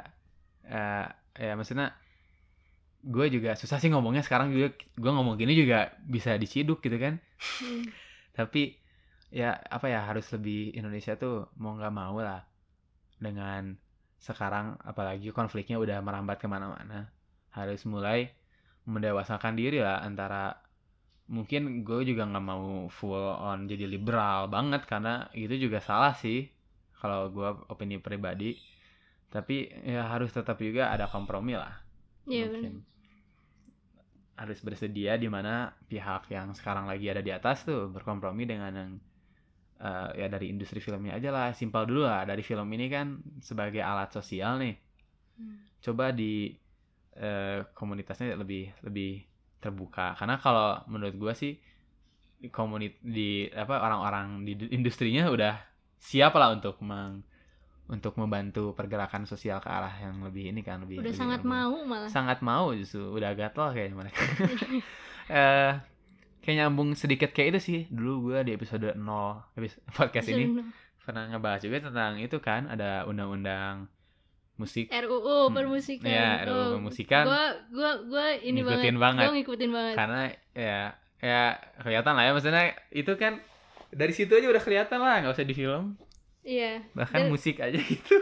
Ya maksudnya gue juga susah sih ngomongnya sekarang juga. Gue ngomong gini juga bisa diciduk gitu kan. Tapi ya apa ya, harus lebih, Indonesia tuh mau nggak mau lah, dengan sekarang apalagi konfliknya udah merambat kemana-mana, harus mulai mendewasakan diri lah. Antara mungkin gue juga nggak mau full on jadi liberal banget, karena itu juga salah sih kalau gue opini pribadi. Tapi ya harus tetap juga ada kompromi lah. Iya, mungkin harus bersedia di mana pihak yang sekarang lagi ada di atas tuh berkompromi dengan yang ya dari industri filmnya aja lah. Simpel dulu lah, dari film ini kan sebagai alat sosial nih, coba di komunitasnya lebih terbuka. Karena kalau menurut gue sih orang-orang di industrinya udah siap lah untuk membantu pergerakan sosial ke arah yang lebih ini kan, lebih sangat mau justru udah gatel kayaknya mereka. Kayak nyambung sedikit kayak itu sih, dulu gue di episode 0 podcast ini pernah ngebahas juga tentang itu kan, ada undang-undang musik, RUU permusikan. Ya, RUU permusikan. Gue ini ngikutin banget. Karena ya kelihatan lah ya, maksudnya itu kan dari situ aja udah kelihatan lah, nggak usah di film. Iya. Bahkan musik aja gitu.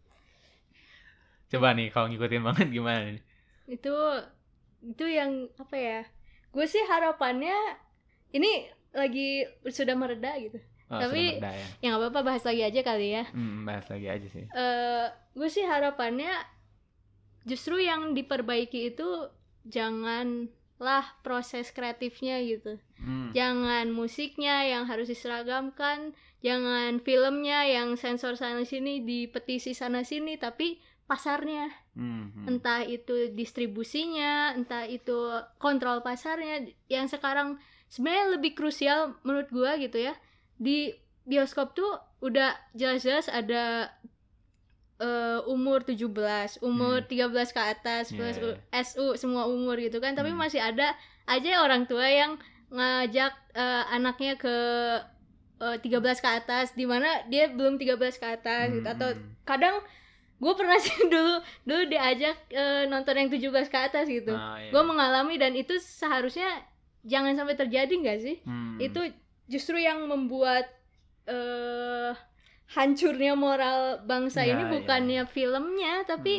Coba nih kalau ngikutin banget gimana nih? Itu yang apa ya? Gue sih harapannya ini lagi sudah mereda gitu. Tapi ya nggak apa-apa, bahas lagi aja kali ya. Bahas lagi aja sih. Gue sih harapannya justru yang diperbaiki itu janganlah proses kreatifnya gitu. Jangan musiknya yang harus diseragamkan, jangan filmnya yang sensor sana sini, dipetisi sana sini, tapi pasarnya. Entah itu distribusinya, entah itu kontrol pasarnya, yang sekarang sebenarnya lebih krusial menurut gue gitu ya. Di bioskop tuh udah jelas-jelas ada umur 17, umur 13 ke atas, plus SU semua umur gitu kan. Tapi masih ada aja orang tua yang ngajak anaknya ke 13 ke atas, dimana dia belum 13 ke atas gitu. Atau kadang gue pernah sih dulu diajak nonton yang 17 ke atas gitu. Gue mengalami, dan itu seharusnya jangan sampai terjadi gak sih? Itu justru yang membuat hancurnya moral bangsa ini bukannya filmnya, tapi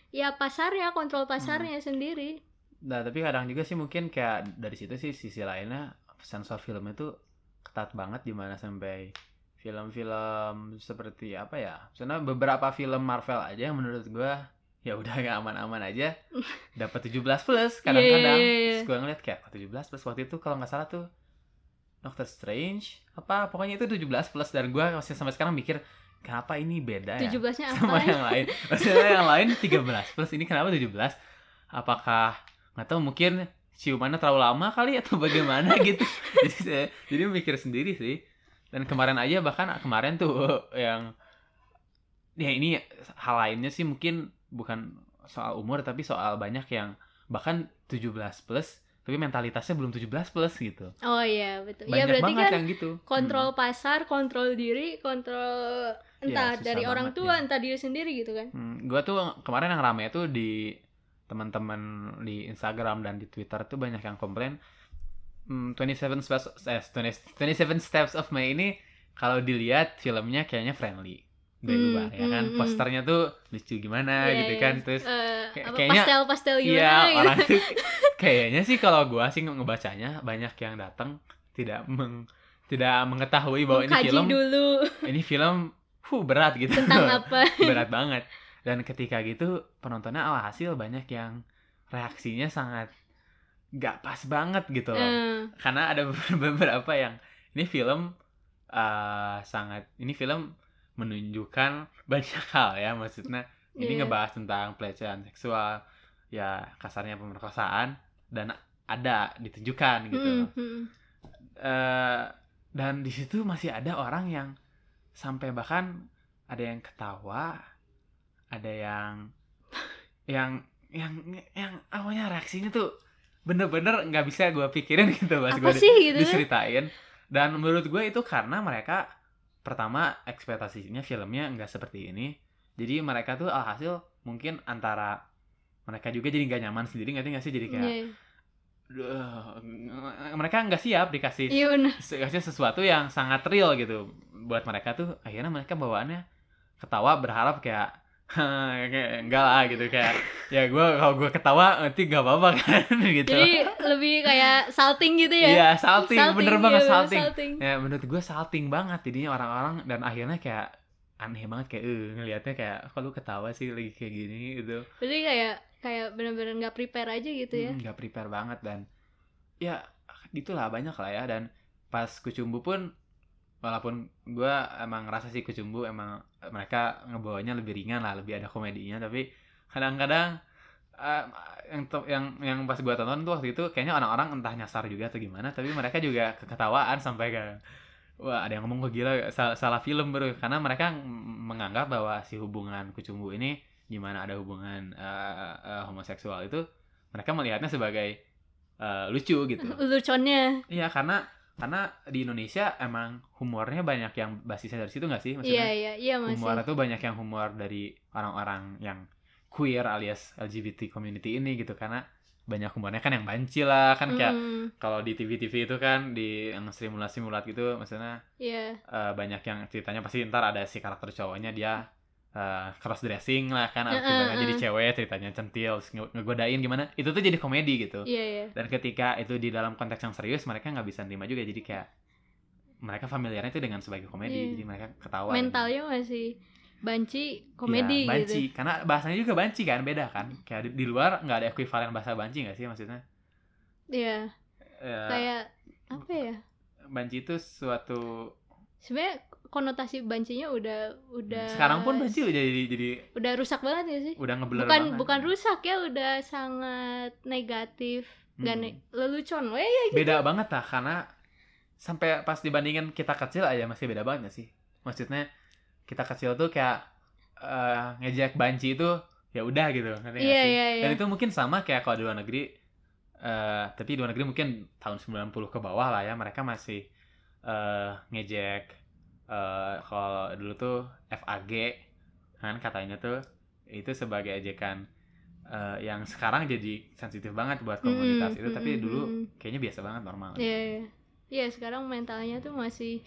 ya pasarnya, kontrol pasarnya sendiri. Nah, tapi kadang juga sih mungkin kayak dari situ sih sisi lainnya sensor film itu ketat banget, di mana sampai film-film seperti apa ya, misalnya beberapa film Marvel aja yang menurut gue ya udah gak aman-aman aja dapat 17 plus kadang-kadang. Terus gue ngeliat kayak 17 plus waktu itu kalau nggak salah tuh Doctor Strange apa pokoknya itu 17 plus, dan gue masih sampai sekarang mikir kenapa ini beda ya 17-nya sama apa? yang lain. Maksudnya yang lain 13 plus, ini kenapa 17? Apakah nggak tahu, mungkin ciumannya terlalu lama kali atau bagaimana gitu. Jadi mikir sendiri sih. Dan kemarin aja, bahkan kemarin tuh yang ya ini hal lainnya sih, mungkin bukan soal umur tapi soal banyak yang bahkan 17 plus tapi mentalitasnya belum 17 plus gitu. Oh iya betul. Banyak Ya berarti banget kan yang gitu. kontrol pasar, kontrol diri, kontrol entah Ya, dari orang tua, ya. entah diri sendiri gitu kan. Gue tuh kemarin yang rame tuh di teman-teman di Instagram dan di Twitter tuh banyak yang komplain 27 Steps of May ini kalau dilihat filmnya kayaknya friendly dari luar ya kan. Posternya tuh lucu gimana gitu kan. Terus kayaknya pastel gimana iya, gitu. orang tuh kayaknya sih kalau gue sih ngebacanya banyak yang datang tidak mengetahui bahwa ini film berat gitu. Tentang apa? Berat banget. Dan ketika gitu penontonnya alhasil banyak yang reaksinya sangat gak pas banget gitu loh. Karena ada beberapa yang ini film menunjukkan banyak hal ya, maksudnya ini ngebahas tentang pelecehan seksual ya, kasarnya pemerkosaan, dan ada ditunjukkan gitu. Dan di situ masih ada orang yang sampai bahkan ada yang ketawa, ada yang awalnya reaksinya tuh bener-bener nggak bisa gue pikirin gitu pas gue diceritain. Dan menurut gue itu karena mereka pertama ekspektasinya filmnya nggak seperti ini, jadi mereka tuh alhasil mungkin antara mereka juga jadi nggak nyaman sendiri, nggak sih, jadi kayak mereka nggak siap dikasih sesuatu yang sangat real gitu buat mereka tuh. Akhirnya mereka bawaannya ketawa berharap kayak enggak lah gitu, kayak ya kalau gue ketawa nanti gak apa-apa kan gitu. Jadi lebih kayak salting gitu ya. Iya, salting bener banget, salting. Ya menurut gue salting banget jadinya orang-orang, dan akhirnya kayak aneh banget, kayak ngelihatnya kayak kok lu ketawa sih lagi kayak gini gitu. Berarti kayak benar-benar nggak prepare aja gitu ya. Nggak prepare banget, dan ya gitulah banyak lah ya. Dan pas Kucumbu pun walaupun gue emang ngerasa sih Kucumbu emang mereka ngebawanya lebih ringan lah, lebih ada komedinya, tapi kadang-kadang yang pas gue tonton tuh waktu itu kayaknya orang-orang entah nyasar juga atau gimana, tapi mereka juga keketawaan sampai kayak wah ada yang ngomong kok gila salah film bro, karena mereka menganggap bahwa si hubungan Kucumbu ini gimana ada hubungan homoseksual itu mereka melihatnya sebagai lucu gitu. Luconnya. Iya, karena di Indonesia emang humornya banyak yang basisnya dari situ nggak sih? Maksudnya iya masih. Humor itu banyak yang humor dari orang-orang yang queer alias LGBT community ini gitu, karena banyak humornya kan yang banci lah kan, kayak kalau di TV itu kan di yang simulat gitu, maksudnya banyak yang ceritanya pasti ntar ada si karakter cowoknya dia cross dressing lah kan, akibatnya jadi cewek, ceritanya centil, ngegodain gimana, itu tuh jadi komedi gitu. Dan ketika itu di dalam konteks yang serius mereka nggak bisa nerima juga, jadi kayak mereka familiarnya itu dengan sebagai komedi, jadi mereka ketawa. Mentalnya masih banci komedi ya, banci, gitu. Karena bahasanya juga banci kan, beda kan, kayak di luar nggak ada ekuivalen bahasa banci nggak sih maksudnya? Iya. Kayak apa ya? Banci itu suatu, sebenarnya konotasi bancinya udah sekarang pun banci jadi udah rusak banget ya sih. Udah ngeblur banget. Bukan rusak ya, udah sangat negatif, lelucon ya gitu. Beda banget lah, karena sampai pas dibandingin kita kecil aja masih beda banget sih. Maksudnya kita kecil tuh kayak ngejek banci itu ya udah gitu, ngerti nggak sih? Dan itu mungkin sama kayak kalau di luar negeri, tapi di luar negeri mungkin tahun 90 ke bawah lah ya, mereka masih ngejek kalau dulu tuh FAG kan katanya tuh itu sebagai ejekan yang sekarang jadi sensitif banget buat komunitas itu, tapi dulu kayaknya biasa banget, normal. Iya, sekarang mentalnya tuh masih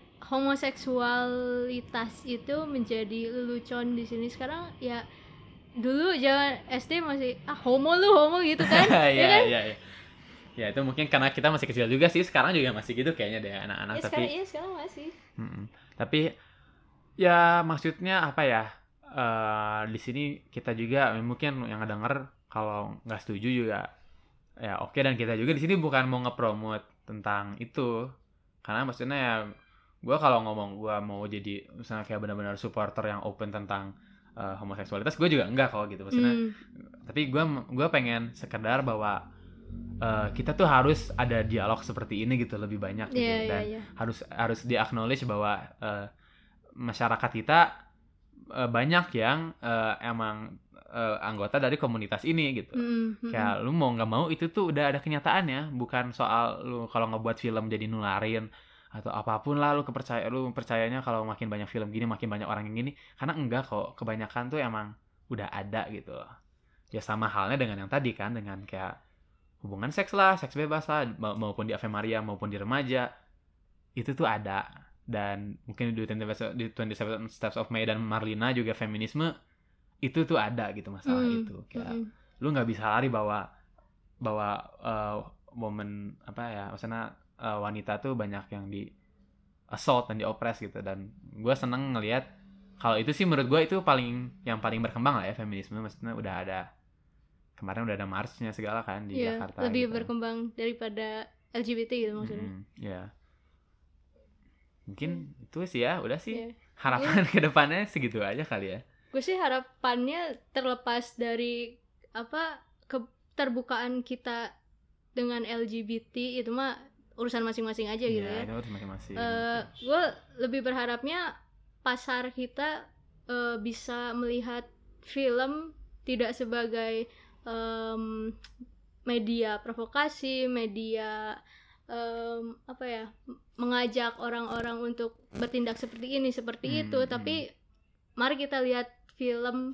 homoseksualitas itu menjadi lelucon di sini sekarang ya. dulu zaman SD masih homo gitu kan. Iya, kan? iya. Ya itu mungkin karena kita masih kecil juga sih, sekarang juga masih gitu kayaknya deh anak-anak. Ya, tapi sekarang masih. Tapi ya maksudnya apa ya? Di sini kita juga mungkin yang ngedenger kalau nggak setuju juga ya oke, dan kita juga di sini bukan mau ngepromote tentang itu, karena maksudnya ya gue kalau ngomong gue mau jadi misalnya kayak benar-benar supporter yang open tentang homoseksualitas, gue juga enggak kok gitu maksudnya. Tapi gue pengen sekedar bahwa kita tuh harus ada dialog seperti ini gitu lebih banyak gitu, dan harus di-acknowledge bahwa masyarakat kita banyak yang emang anggota dari komunitas ini gitu. Kayak lu mau nggak mau itu tuh udah ada kenyataannya, bukan soal lu kalau ngebuat film jadi nularin atau apapun lah, lu percayanya kalau makin banyak film gini makin banyak orang yang gini, karena enggak kok, kebanyakan tuh emang udah ada gitu loh. Ya sama halnya dengan yang tadi kan, dengan kayak hubungan seks lah, seks bebas lah, maupun di Ave Maria maupun di remaja, itu tuh ada. Dan mungkin di 27 Steps of May dan Marlina juga feminisme itu tuh ada gitu masalah itu. Kayak lu nggak bisa lari bahwa woman apa ya, maksudnya wanita tuh banyak yang di assault dan di oppress gitu. Dan gue seneng ngelihat kalau itu sih, menurut gue itu yang paling berkembang lah ya feminisme. Maksudnya udah ada kemarin udah ada marchnya segala kan di Jakarta. Lebih gitu. Berkembang daripada LGBT gitu maksudnya. Ya. Mungkin itu sih ya, udah sih. Harapan ke depannya segitu aja kali ya. Gue sih harapannya terlepas dari keterbukaan kita dengan LGBT, itu mah urusan masing-masing aja gitu ya. Itu urusan masing-masing. Gue lebih berharapnya pasar kita bisa melihat film tidak sebagai media provokasi, media mengajak orang-orang untuk bertindak seperti ini, seperti itu, tapi mari kita lihat film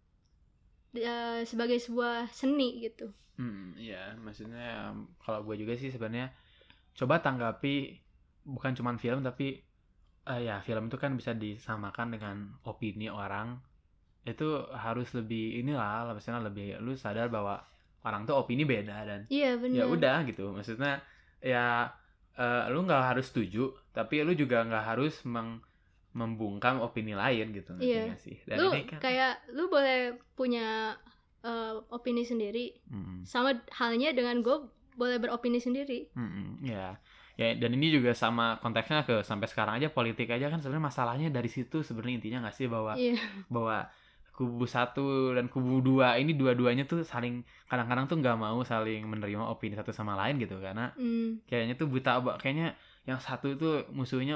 sebagai sebuah seni gitu. Ya, maksudnya kalau gue juga sih sebenarnya coba tanggapi bukan cuma film, tapi ya film itu kan bisa disamakan dengan opini orang. Itu harus lebih maksudnya lebih lu sadar bahwa orang tuh opini beda, dan ya udah gitu. Maksudnya ya lu nggak harus setuju, tapi lu juga nggak harus membungkam opini lain gitu. Iya. Sih. Dan lu ini kan kayak lu boleh punya opini sendiri, sama halnya dengan gue boleh beropini sendiri. Ya, dan ini juga sama konteksnya ke sampai sekarang aja, politik aja kan sebenarnya masalahnya dari situ sebenarnya intinya nggak sih, bahwa kubu 1 dan kubu 2 ini dua-duanya tuh saling kadang-kadang tuh nggak mau saling menerima opini satu sama lain gitu, karena kayaknya tuh kayaknya yang satu tuh musuhnya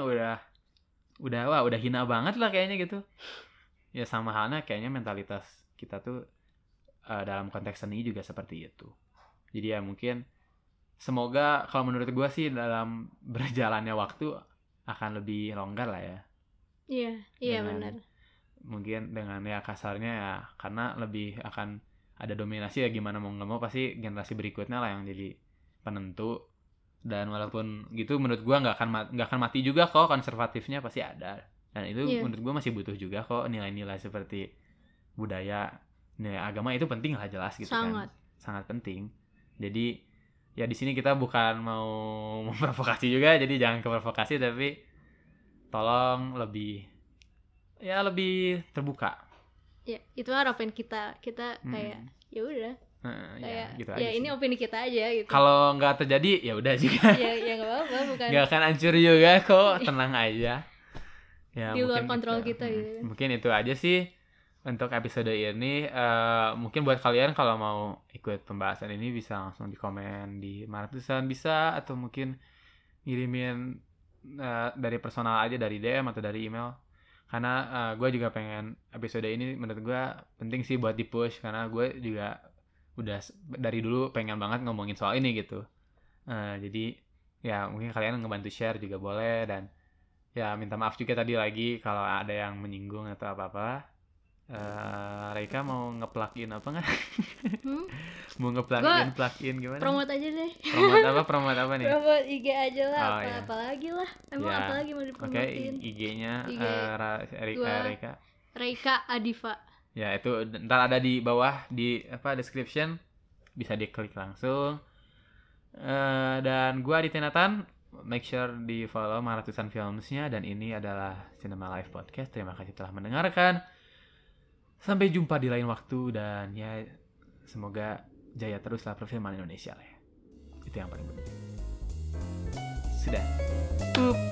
udah hina banget lah kayaknya gitu. Ya sama halnya kayaknya mentalitas kita tuh dalam konteks seni juga seperti itu. Jadi ya mungkin semoga kalau menurut gue sih dalam berjalannya waktu akan lebih longgar lah ya. Iya benar. Mungkin dengan ya kasarnya ya, karena lebih akan ada dominasi ya, gimana mau nggak mau pasti generasi berikutnya lah yang jadi penentu. Dan walaupun gitu menurut gue nggak akan mati juga kok, konservatifnya pasti ada. Dan itu menurut gue masih butuh juga kok nilai-nilai seperti budaya, nilai agama, itu penting lah jelas gitu. Sangat penting. Jadi ya di sini kita bukan mau memprovokasi juga, jadi jangan keprovokasi, tapi tolong lebih terbuka. Ya itu harapan kita kayak ya udah. Kayak gitu ya ini sih. opini kita aja gitu. Kalau nggak terjadi ya udah juga. ya nggak apa-apa, bukan. Nggak akan hancur juga kok, tenang aja. Ya, di luar kontrol kita gitu. Mungkin itu aja sih untuk episode ini. Mungkin buat kalian kalau mau ikut pembahasan ini bisa langsung di komen di Martusan bisa, atau mungkin ngirimin dari personal aja, dari DM atau dari email. Karena gue juga pengen episode ini menurut gue penting sih buat di push, karena gue juga udah dari dulu pengen banget ngomongin soal ini gitu. Jadi ya mungkin kalian ngebantu share juga boleh, dan ya minta maaf juga tadi lagi kalau ada yang menyinggung atau apa-apa. Reika mau nge-plug-in apa nggak? Mau plug-in gimana? Promote aja deh. Promote apa nih? Promote IG aja lah, apalagi lah. Emang apalagi mau dipromotin? Oke, IG-nya Reika Reika Adifa. Ya itu ntar ada di bawah di description, bisa diklik langsung. Dan gua Aditya Nathan, make sure di follow Maratusan Filmsnya, dan ini adalah Cinema Live Podcast. Terima kasih telah mendengarkan. Sampai jumpa di lain waktu, dan ya semoga jaya teruslah perfilman Indonesia lah ya. Itu yang paling penting. Sudah.